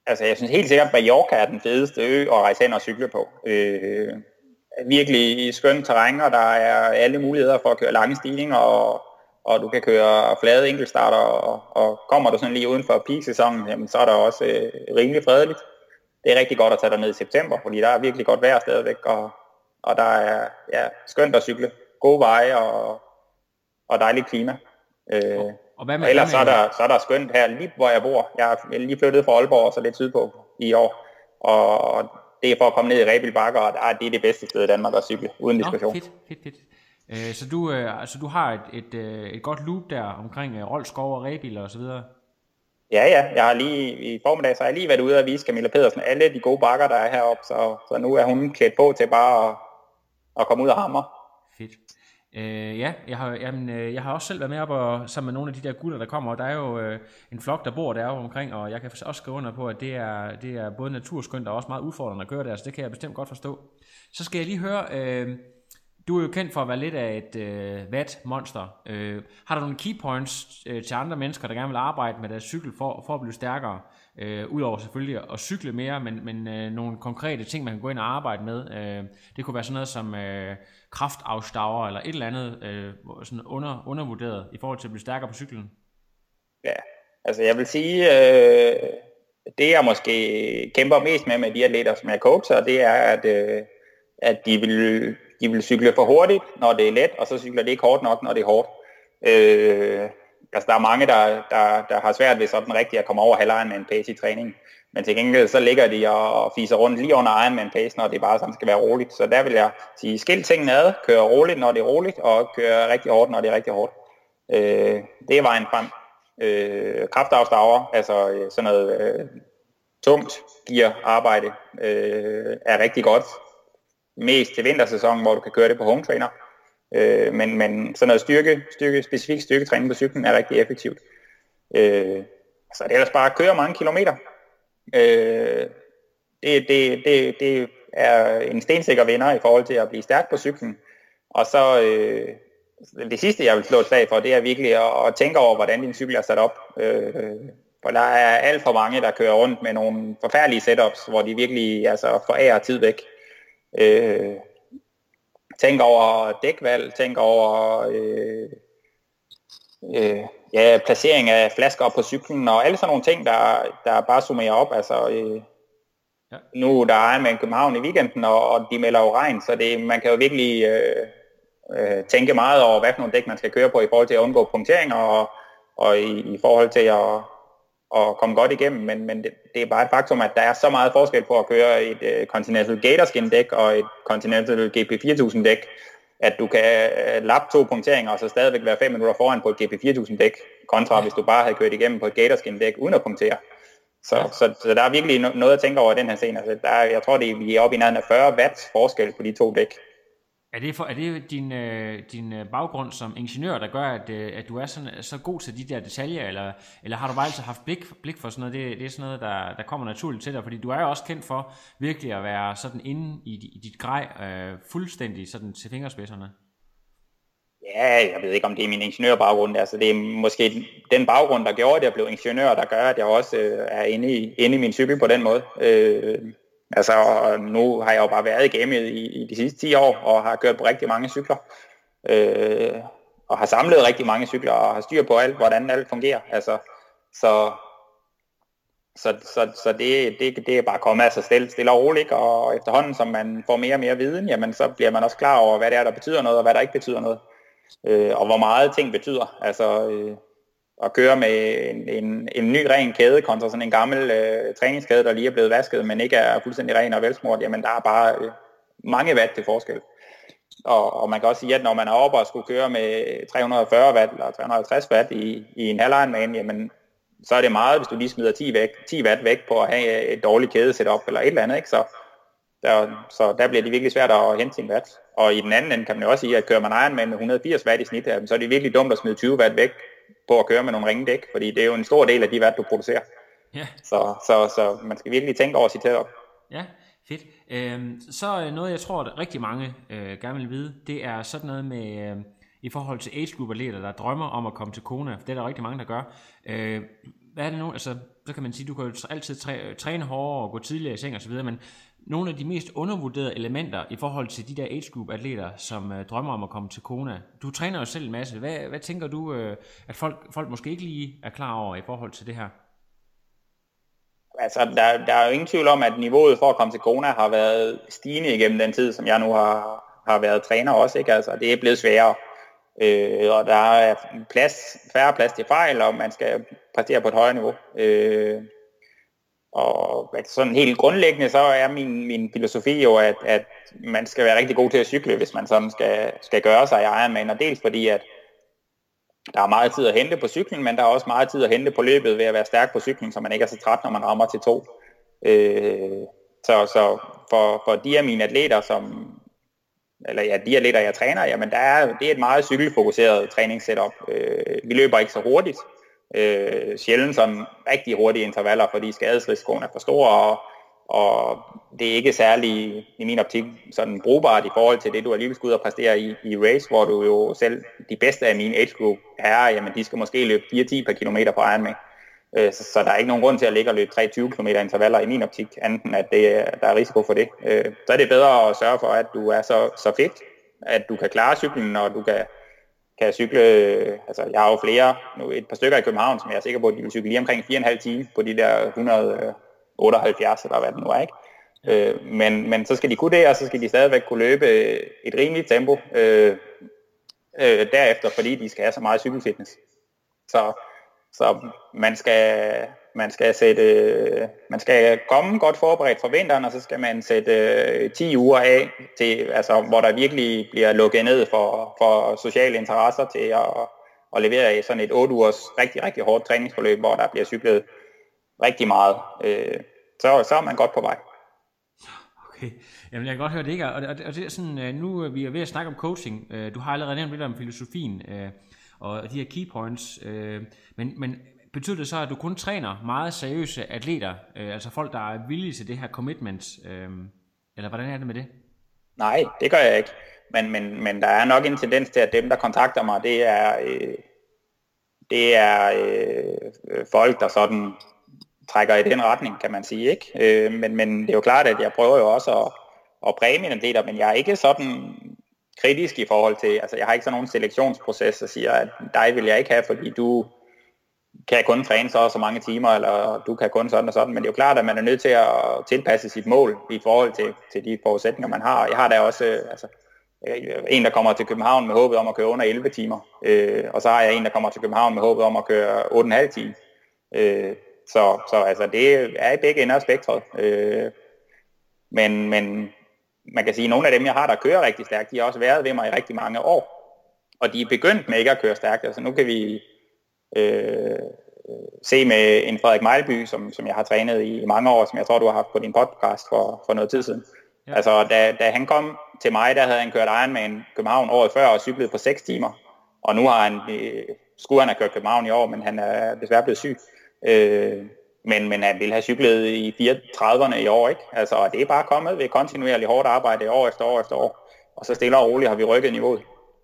altså jeg synes helt sikkert, at Mallorca er den fedeste ø at rejse hen og cykle på. Øh, virkelig skønt terræn, og der er alle muligheder for at køre lange stigninger, og, og du kan køre flade enkeltstarter, og, og kommer du sådan lige uden for peak-sæsonen, jamen, så er der også øh, rimelig fredeligt. Det er rigtig godt at tage dig ned i september, fordi der er virkelig godt vejr stadigvæk, og, og der er ja, skønt at cykle. Gode veje og, og dejligt klima. Øh, og, og, hvad med, og ellers så er, der, så er der skønt her, lige hvor jeg bor. Jeg er lige flyttet fra Aalborg, og så lidt sydpå i år. Og det er for at komme ned i Rebild Bakker, og det er det bedste sted i Danmark at cykle, uden diskussion. Nå, fedt, fedt, fedt. Øh, så, du, øh, altså, du har et, et, et, et godt loop der omkring øh, Roldskov og Rebild og så videre? Ja, ja. Jeg har lige i formiddag, så har jeg lige været ude og vise Camilla Pedersen alle de gode bakker, der er heroppe, så, så nu er hun klædt på til bare at, at komme ud og hamre. Fedt. Øh, ja, jeg har, jamen, øh, jeg har også selv været med op og sammen med nogle af de der gutter, der kommer, og der er jo øh, en flok, der bor deroppe omkring, og jeg kan også skrive under på, at det er, det er både naturskønt og også meget udfordrende at køre der, så det kan jeg bestemt godt forstå. Så skal jeg lige høre, øh, du er jo kendt for at være lidt af et øh, vat-monster. Øh, har du nogle key points øh, til andre mennesker, der gerne vil arbejde med deres cykel for, for at blive stærkere? Øh, Udover selvfølgelig at cykle mere, men, men øh, nogle konkrete ting, man kan gå ind og arbejde med. Øh, det kunne være sådan noget som øh, kraftafstaver eller et eller andet øh, sådan under, undervurderet i forhold til at blive stærkere på cyklen. Ja, altså jeg vil sige, øh, det jeg måske kæmper mest med med de atleter, som jeg coacher, det er, at, øh, at de, vil, de vil cykle for hurtigt, når det er let, og så cykler det ikke hårdt nok, når det er hårdt. Øh, Altså, der er mange, der, der, der har svært ved sådan rigtigt at komme over halveren med en pace i træning. Men til gengæld så ligger de og fiser rundt lige under egen med en pace, når det bare sådan skal være roligt. Så der vil jeg sige, skil tingene ad, køre roligt, når det er roligt, og køre rigtig hårdt, når det er rigtig hårdt. Øh, det er vejen frem. Øh, kraftafstaver, altså sådan noget øh, tungt gear arbejde, øh, er rigtig godt. Mest til vintersæsonen, hvor du kan køre det på home trainer. Øh, men, men sådan noget styrke, styrke, specifik styrketræning på cyklen er rigtig effektivt. Øh, så det er ellers bare at køre mange kilometer. Øh, det, det, det, det er en stensikker vinder i forhold til at blive stærk på cyklen. Og så øh, det sidste, jeg vil slå et slag for, det er virkelig at, at tænke over, hvordan din cykel er sat op. Øh, for der er alt for mange, der kører rundt med nogle forfærdelige setups, hvor de virkelig altså, forærer tid væk. Øh, Tænk over dækvalg, tænk over øh, øh, ja, placering af flasker på cyklen, og alle sådan nogle ting, der, der bare summerer op. Altså, øh, ja. Nu der er med København i weekenden, og, og de melder jo regn, så det, man kan jo virkelig øh, øh, tænke meget over, hvad for nogle dæk man skal køre på i forhold til at undgå punkteringer, og, og i, i forhold til at, at komme godt igennem. Men, men det, det er bare et faktum, at der er så meget forskel på at køre et uh, Continental Gatorskin dæk og et Continental G P fire tusind dæk, at du kan uh, lappe to punkteringer og så stadigvæk være fem minutter foran på et G P fire tusind dæk, kontra hvis du bare havde kørt igennem på et Gatorskin dæk uden at punktere. Så, ja. så, så der er virkelig no- noget at tænke over i den her scene. Altså, der er, jeg tror, det er, vi er oppe i nærheden af fyrre watt forskel på de to dæk. Er det, for, er det din, øh, din baggrund som ingeniør, der gør, at, øh, at du er sådan, så god til de der detaljer, eller, eller har du bare altid haft blik, blik for sådan noget? Det, det er sådan noget, der, der kommer naturligt til dig, fordi du er jo også kendt for virkelig at være sådan inde i, i dit grej, øh, fuldstændig sådan til fingerspidserne. Ja, jeg ved ikke, om det er min ingeniørbaggrund. Altså, det er måske den baggrund, der gjorde, at jeg blev ingeniør, der gør, at jeg også øh, er inde i, inde i min cykel på den måde. Øh, Altså, nu har jeg jo bare været i gamet i, i de sidste ti år, og har kørt på rigtig mange cykler, øh, og har samlet rigtig mange cykler, og har styr på alt, hvordan alt fungerer. Altså, så så, så, så det, det, det er bare kommet af sig selv, stille og roligt, og efterhånden, som man får mere og mere viden, jamen, så bliver man også klar over, hvad det er, der betyder noget, og hvad der ikke betyder noget, øh, og hvor meget ting betyder. Altså, øh, at køre med en, en, en ny ren kæde kontra sådan en gammel øh, træningskæde, der lige er blevet vasket, men ikke er fuldstændig ren og velsmurt, jamen der er bare øh, mange watt til forskel. Og, og man kan også sige, at når man er oppe og skulle køre med tre hundrede og fyrre watt eller tre hundrede og halvtreds watt i, i en halv Ironman, jamen så er det meget, hvis du lige smider ti, væk, ti watt væk på at have et dårligt kædesetup eller et eller andet, ikke? Så der, så der bliver det virkelig svært at hente sin watt. Og i den anden ende kan man jo også sige, at kører man Ironman med et hundrede og firs watt i snit, så er det virkelig dumt at smide tyve watt væk på at køre med nogle ringdæk, fordi det er jo en stor del af de watt, du producerer. Ja. Så, så, så man skal virkelig tænke over sit setup. Ja, fedt. Øhm, så noget, jeg tror, at rigtig mange øh, gerne vil vide, det er sådan noget med, øh, i forhold til age group atleter, der drømmer om at komme til Kona, for det er der rigtig mange, der gør. Øh, hvad er det nu, altså, så kan man sige, du kan jo altid træ, træne hårdere og gå tidligere i seng og så videre, men nogle af de mest undervurderede elementer i forhold til de der age group atleter, som øh, drømmer om at komme til Kona. Du træner jo selv en masse. Hvad, hvad tænker du, øh, at folk, folk måske ikke lige er klar over i forhold til det her? Altså, der, der er jo ingen tvivl om, at niveauet for at komme til Kona har været stigende igennem den tid, som jeg nu har, har været træner også, ikke? Altså, det er blevet sværere. Øh, og der er plads, færre plads til fejl, og man skal præstere på et højere niveau. Øh, og sådan helt grundlæggende, så er min, min filosofi jo, at, at man skal være rigtig god til at cykle, hvis man sådan skal, skal gøre sig i Ironman. Og dels fordi, at der er meget tid at hente på cyklen, men der er også meget tid at hente på løbet ved at være stærk på cyklen, så man ikke er så træt, når man rammer til to. Øh, så så for, for de af mine atleter, som, eller ja, de atleter, jeg træner, jamen der er, det er et meget cykelfokuseret træningssetup. Øh, vi løber ikke så hurtigt. Øh, sjældent sådan rigtig hurtige intervaller, fordi skadesrisikoen er for stor, og, og det er ikke særlig, i min optik, sådan brugbart i forhold til det, du alligevel skal ud og præstere i, i race, hvor du jo selv, de bedste af mine age group er, jamen de skal måske løbe fire til ti per kilometer på Ironman. Øh, så, så der er ikke nogen grund til at ligge og løbe tre til tyve kilometer intervaller i min optik, anden at det, der er risiko for det. Øh, så er det bedre at sørge for, at du er så, så fedt, at du kan klare cyklen, og du kan kan cykle, altså jeg har jo flere, nu et par stykker i København, som jeg er sikker på, at de vil cykle lige omkring fire komma fem timer på de der et hundrede og otteoghalvfjerds, eller hvad det nu er, ikke? Øh, men, men så skal de kunne det, og så skal de stadigvæk kunne løbe et rimeligt tempo øh, øh, derefter, fordi de skal have så meget cykelfitness. Så, så man skal, man skal sætte, man skal komme godt forberedt for vinteren, og så skal man sætte øh, ti uger af, til, altså, hvor der virkelig bliver lukket ned for, for sociale interesser til at, at levere sådan et otte ugers rigtig, rigtig hårdt træningsforløb, hvor der bliver cyklet rigtig meget. Øh, så, så er man godt på vej. Okay, jamen jeg kan godt høre det, ikke? Og, og, og det er sådan, nu er vi ved at snakke om coaching. Du har allerede nævnt lidt om filosofien og de her key points, men, men betyder det så, at du kun træner meget seriøse atleter, altså folk, der er villige til det her commitment, eller hvordan er det med det? Nej, det gør jeg ikke, men, men, men der er nok en tendens til, at dem, der kontakter mig, det er, øh, det er øh, folk, der sådan trækker i den retning, kan man sige, ikke? Øh, men, men det er jo klart, at jeg prøver jo også at, at præge mine atleter, men jeg er ikke sådan kritisk i forhold til, altså jeg har ikke sådan nogen selektionsproces, der siger, at dig vil jeg ikke have, fordi du kan kun træne så og så mange timer, eller du kan kun sådan og sådan, men det er jo klart, at man er nødt til at tilpasse sit mål i forhold til, til de forudsætninger, man har. Jeg har da også øh, altså, en, der kommer til København med håbet om at køre under elleve timer, øh, og så har jeg en, der kommer til København med håbet om at køre otte komma fem timer. Øh, så, så altså, det er i begge ender af spektret. Øh, men, men man kan sige, at nogle af dem, jeg har, der kører rigtig stærkt, de har også været ved mig i rigtig mange år, og de er begyndt med ikke at køre stærkt. Altså nu kan vi øh, se med en Frederik Mejlby, som, som jeg har trænet i mange år, som jeg tror, du har haft på din podcast for, for noget tid siden. Ja. Altså da, da han kom til mig, der havde han kørt Ironman København året før og cyklet på seks timer, og nu har han, øh, skulle han have kørt København i år, men han er desværre blevet syg. Øh, men, men han ville have cyklet i fireogtrediverne i år, ikke? Altså, og det er bare kommet ved kontinuerligt hårdt arbejde år efter år efter år, og så stille og roligt har vi rykket niveauet.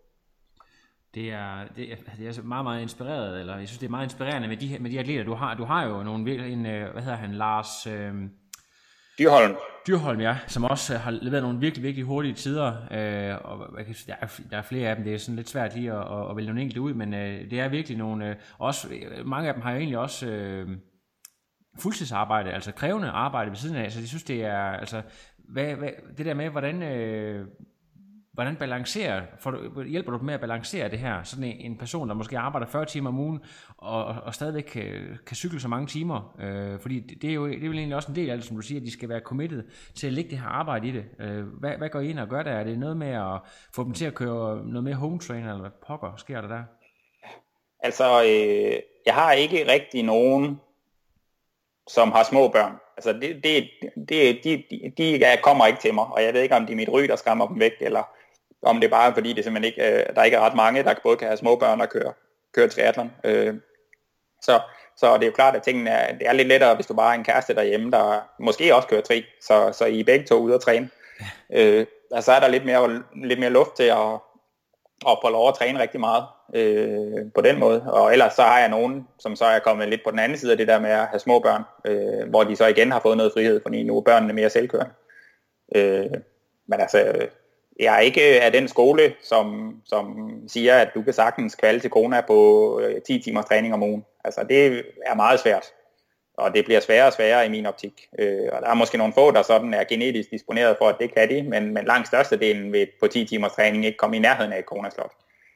Det er, det er, det er meget, meget inspireret, eller jeg synes, det er meget inspirerende med de, med de atleter, du har. Du har jo nogle, en, hvad hedder han, Lars... Øh, Dyrholm. Dyrholm, ja, som også har leveret nogle virkelig, virkelig hurtige tider, øh, og der er, der er flere af dem, det er sådan lidt svært lige at, at, at vælge nogle enkelte ud, men øh, det er virkelig nogle, øh, også, mange af dem har jo egentlig også øh, fuldtidsarbejde, altså krævende arbejde ved siden af, så jeg synes, det er, altså, hvad, hvad, det der med, hvordan... Øh, Hvordan balancerer, for, hjælper du med at balancere det her? Sådan en, en person, der måske arbejder fyrre timer om ugen, og, og, og stadigvæk kan, kan cykle så mange timer. Øh, fordi det, det er jo det er vel egentlig også en del af det, som du siger, at de skal være committed til at lægge det her arbejde i det. Øh, hvad, hvad går I ind og gør der? Er det noget med at få dem til at køre noget mere home trainer, eller hvad pokker sker der der? Altså, øh, jeg har ikke rigtig nogen, som har små børn. Altså, det, det, det, de, de, de kommer ikke til mig, og jeg ved ikke, om det er mit ry, der skræmmer dem væk, eller om det er bare fordi, det simpelthen ikke, der ikke er ret mange, der både kan have små børn og køre, køre triathlon. Øh, så, så det er jo klart, at tingene er, det er lidt lettere, hvis du bare har en kæreste derhjemme, der måske også kører tri, så, så I er begge to ude at træne. Øh, og så er der lidt mere, lidt mere luft til at, og får lov at træne rigtig meget øh, på den måde. Og ellers så har jeg nogen, som så er kommet lidt på den anden side af det der med at have små børn, øh, hvor de så igen har fået noget frihed, fordi nu er børnene mere selvkørende. Øh, men altså, jeg er ikke af den skole, som, som siger, at du kan sagtens kvalde til Kona på ti timers træning om ugen. Altså, det er meget svært. Og det bliver sværere og sværere i min optik. Øh, og der er måske nogle få, der sådan er genetisk disponeret for, at det kan de, men, men langt størstedelen vil på ti timers træning ikke komme i nærheden af et Kona-slot.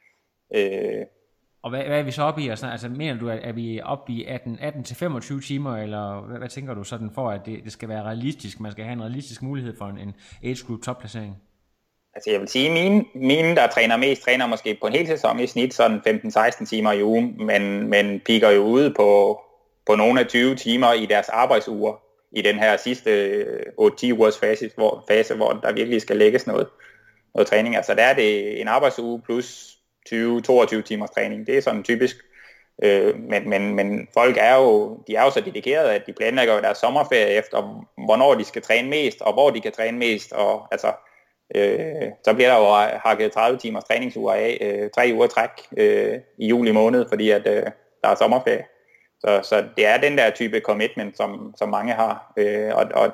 Øh, og hvad, hvad er vi så oppe i? Altså, altså mener du, at er vi oppe i atten til femogtyve timer, eller hvad, hvad tænker du sådan for, at det, det skal være realistisk? Man skal have en realistisk mulighed for en, en age group topplacering? Altså jeg vil sige, at mine, mine, der træner mest, træner måske på en hel sæson i snit sådan femten til seksten timer i ugen, men, men piker jo ude på, på nogle af tyve timer i deres arbejdsuger i den her sidste otte til ti ugers fase hvor, fase, hvor der virkelig skal lægges noget, noget træning. Altså der er det en arbejdsuge plus tyve til toogtyve timers træning. Det er sådan typisk. Øh, men, men, men folk er jo, de er jo så dedikerede, at de planlægger jo deres sommerferie efter, hvornår de skal træne mest, og hvor de kan træne mest, og altså Øh, så bliver der jo hakket tredive timers træningsuger af, øh, tre uger træk øh, i juli måned, fordi at øh, der er sommerferie. Så, så det er den der type commitment, som, som mange har. Øh, og, og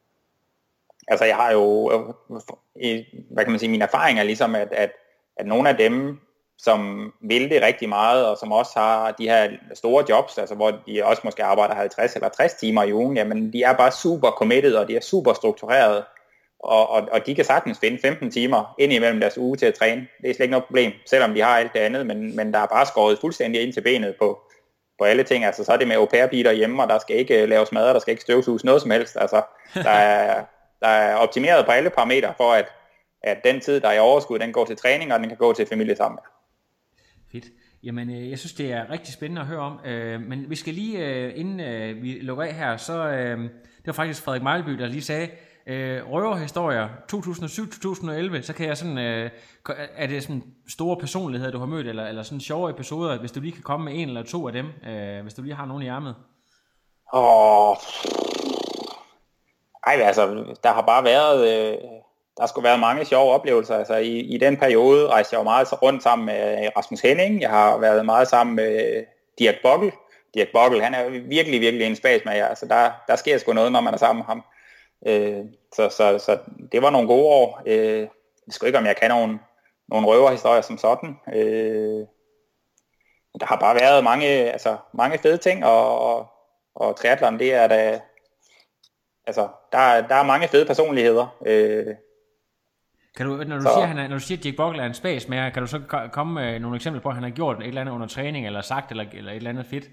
altså jeg har jo, øh, hvad kan man sige, mine erfaringer ligesom, at, at, at nogle af dem, som vil det rigtig meget, og som også har de her store jobs, altså hvor de også måske arbejder halvtreds eller tres timer i ugen, jamen de er bare super committed, og de er super struktureret. Og, og, og de kan sagtens finde femten timer ind imellem deres uge til at træne. Det er slet ikke noget problem, selvom de har alt det andet, men, men der er bare skåret fuldstændig ind til benet på, på alle ting. Altså så er det med au pair-piger derhjemme, og der skal ikke laves mad, der skal ikke støvsuges noget som helst. Altså der er, der er optimeret på alle parametre for, at, at den tid, der er i overskud, den går til træning, og den kan gå til familie sammen. Fedt. Jamen, jeg synes, det er rigtig spændende at høre om. Men vi skal lige, inden vi lukker af her, så det var faktisk Frederik Mejlby, der lige sagde, Øh, røverhistorier to tusind og syv til to tusind og elleve, så kan jeg sådan, øh, er det sådan store personligheder, du har mødt, eller, eller sådan sjove episoder, hvis du lige kan komme med en eller to af dem, øh, hvis du lige har nogen i ærmet? Åh, ej, altså, der har bare været, øh, der skulle være mange sjove oplevelser, altså i, i den periode rejste jeg jo meget rundt sammen med Rasmus Henning, jeg har været meget sammen med Dirk Bockel, Dirk Bockel, han er virkelig, virkelig en spasmager, altså der, der sker sgu noget, når man er sammen med ham. Øh, så, så, så det var nogle gode år. Øh, jeg ved ikke, om jeg kan nogle, nogle røverhistorier som sådan. Øh, der har bare været mange, altså, mange fede ting, og, og, og triathlon, det er da, altså, der, der er mange fede personligheder. Øh, kan du, når du så, siger, han er, når du siger, at Dirk Bockel er en spasmager, kan du så komme med nogle eksempler på, at han har gjort et eller andet under træning, eller sagt, eller, eller et eller andet fedt?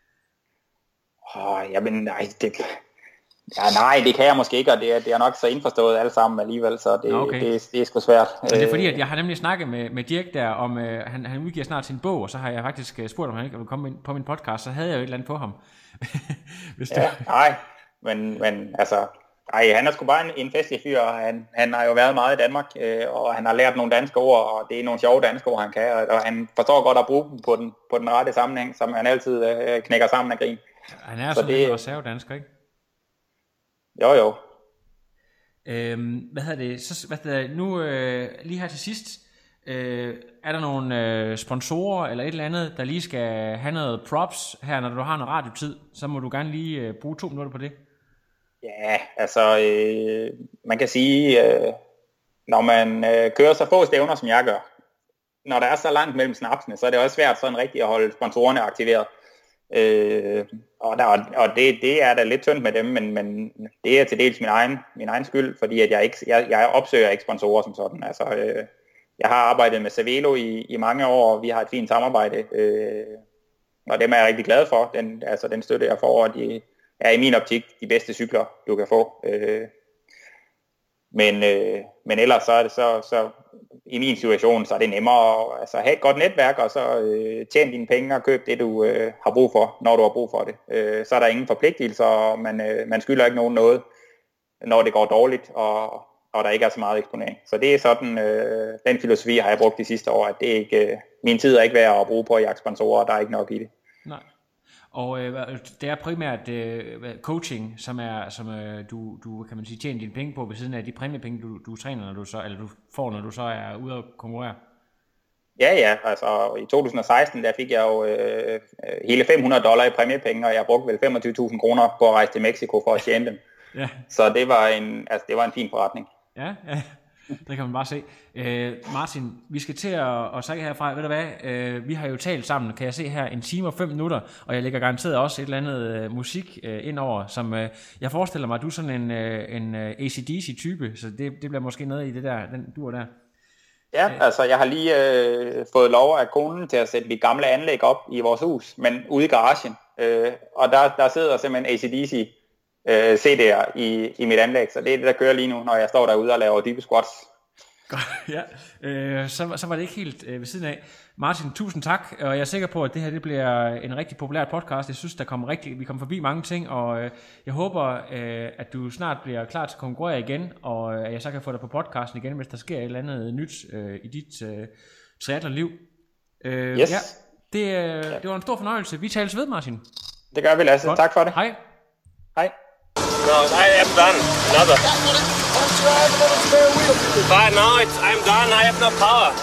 Åh, jamen, nej, det... Ja, nej, det kan jeg måske ikke, og det er, det er nok så indforstået alle sammen alligevel, så det, okay. det, det er sgu svært. Men det er fordi, at jeg har nemlig snakket med, med Dirk der, om øh, han, han udgiver snart sin bog, og så har jeg faktisk spurgt, om han ikke ville komme på min podcast, så havde jeg jo et eller andet på ham. Hvis ja, du... Nej, men, men altså, ej, han er sgu bare en, en festlig fyr, og han, han har jo været meget i Danmark, øh, og han har lært nogle danske ord, og det er nogle sjove danske ord, han kan, og, og han forstår godt at bruge dem på den, på den rette sammenhæng, som han altid øh, knækker sammen af grin. Han er så sådan det... reservedansker, ikke? Jo, jo. Øhm, hvad hedder det? Så, hvad hedder det? Nu øh, lige her til sidst, øh, er der nogle øh, sponsorer eller et eller andet, der lige skal have noget props her, når du har noget radiotid, så må du gerne lige øh, bruge to minutter på det. Ja, altså, øh, man kan sige, øh, når man øh, kører så få stævner, som jeg gør, når der er så langt mellem snapsene, så er det også svært sådan rigtigt at holde sponsorerne aktiveret. Øh, og der, og det, det er da lidt tyndt med dem, men, men det er til dels min egen, min egen skyld, fordi at jeg, ikke, jeg, jeg opsøger ikke sponsorer som sådan. Altså, øh, jeg har arbejdet med Cervelo i, i mange år, og vi har et fint samarbejde, øh, og dem er jeg rigtig glad for, den, altså den støtte jeg får, og de er i min optik de bedste cykler, du kan få. Øh, men, øh, men ellers så er det så, så i min situation, så er det nemmere at altså, have et godt netværk, og så øh, tjene dine penge og købe det, du øh, har brug for, når du har brug for det. Øh, så er der ingen forpligtelser, og man, øh, man skylder ikke nogen noget, når det går dårligt, og, og der ikke er så meget eksponering. Så det er sådan, øh, den filosofi har jeg brugt de sidste år, at det ikke, øh, min tid er ikke værd at bruge på at jagte sponsorer, og der er ikke nok i det. Nej. Og øh, det er primært øh, coaching, som er som øh, du du kan man sige tjener dine penge på ved siden af de præmiepenge du du træner, når du så eller du får, når du så er ude at konkurrere. Ja, ja, altså i to tusind og seksten, der fik jeg jo øh, hele fem hundrede dollar i præmiepenge, og jeg brugte vel femogtyve tusind kroner på at rejse til Mexico for at tjene dem. Ja. Så det var en, altså det var en fin forretning. Ja, ja. Det kan man bare se. Øh, Martin, vi skal til at, at sige herfra, ved du hvad, øh, vi har jo talt sammen, kan jeg se her, en time og fem minutter, og jeg lægger garanteret også et eller andet øh, musik øh, indover, som øh, jeg forestiller mig, at du er sådan en, øh, en øh, A C D C-type, så det, det bliver måske noget i det der, den dur der. Ja, øh. altså jeg har lige øh, fået lov af konen til at sætte mit gamle anlæg op i vores hus, men ude i garagen, øh, og der, der sidder simpelthen A C D C øh, C D'er i, i mit anlæg, så det er det, der kører lige nu, når jeg står derude og laver dybe squats. Ja, øh, så, så var det ikke helt øh, ved siden af. Martin, tusind tak, og jeg er sikker på, at det her det bliver en rigtig populær podcast. Jeg synes, der kommer rigtig, vi kommer forbi mange ting, og øh, jeg håber, øh, at du snart bliver klar til at konkurrere igen, og øh, at jeg så kan få dig på podcasten igen, hvis der sker et eller andet nyt øh, i dit øh, triathlon-liv. Øh, yes. Ja, det, øh, det var en stor fornøjelse. Vi tales ved, Martin. Det gør vi, Lasse. Godt. Tak for det. Hej. Hej. No, I am done. Another. But no, it's, I'm done. I have no power.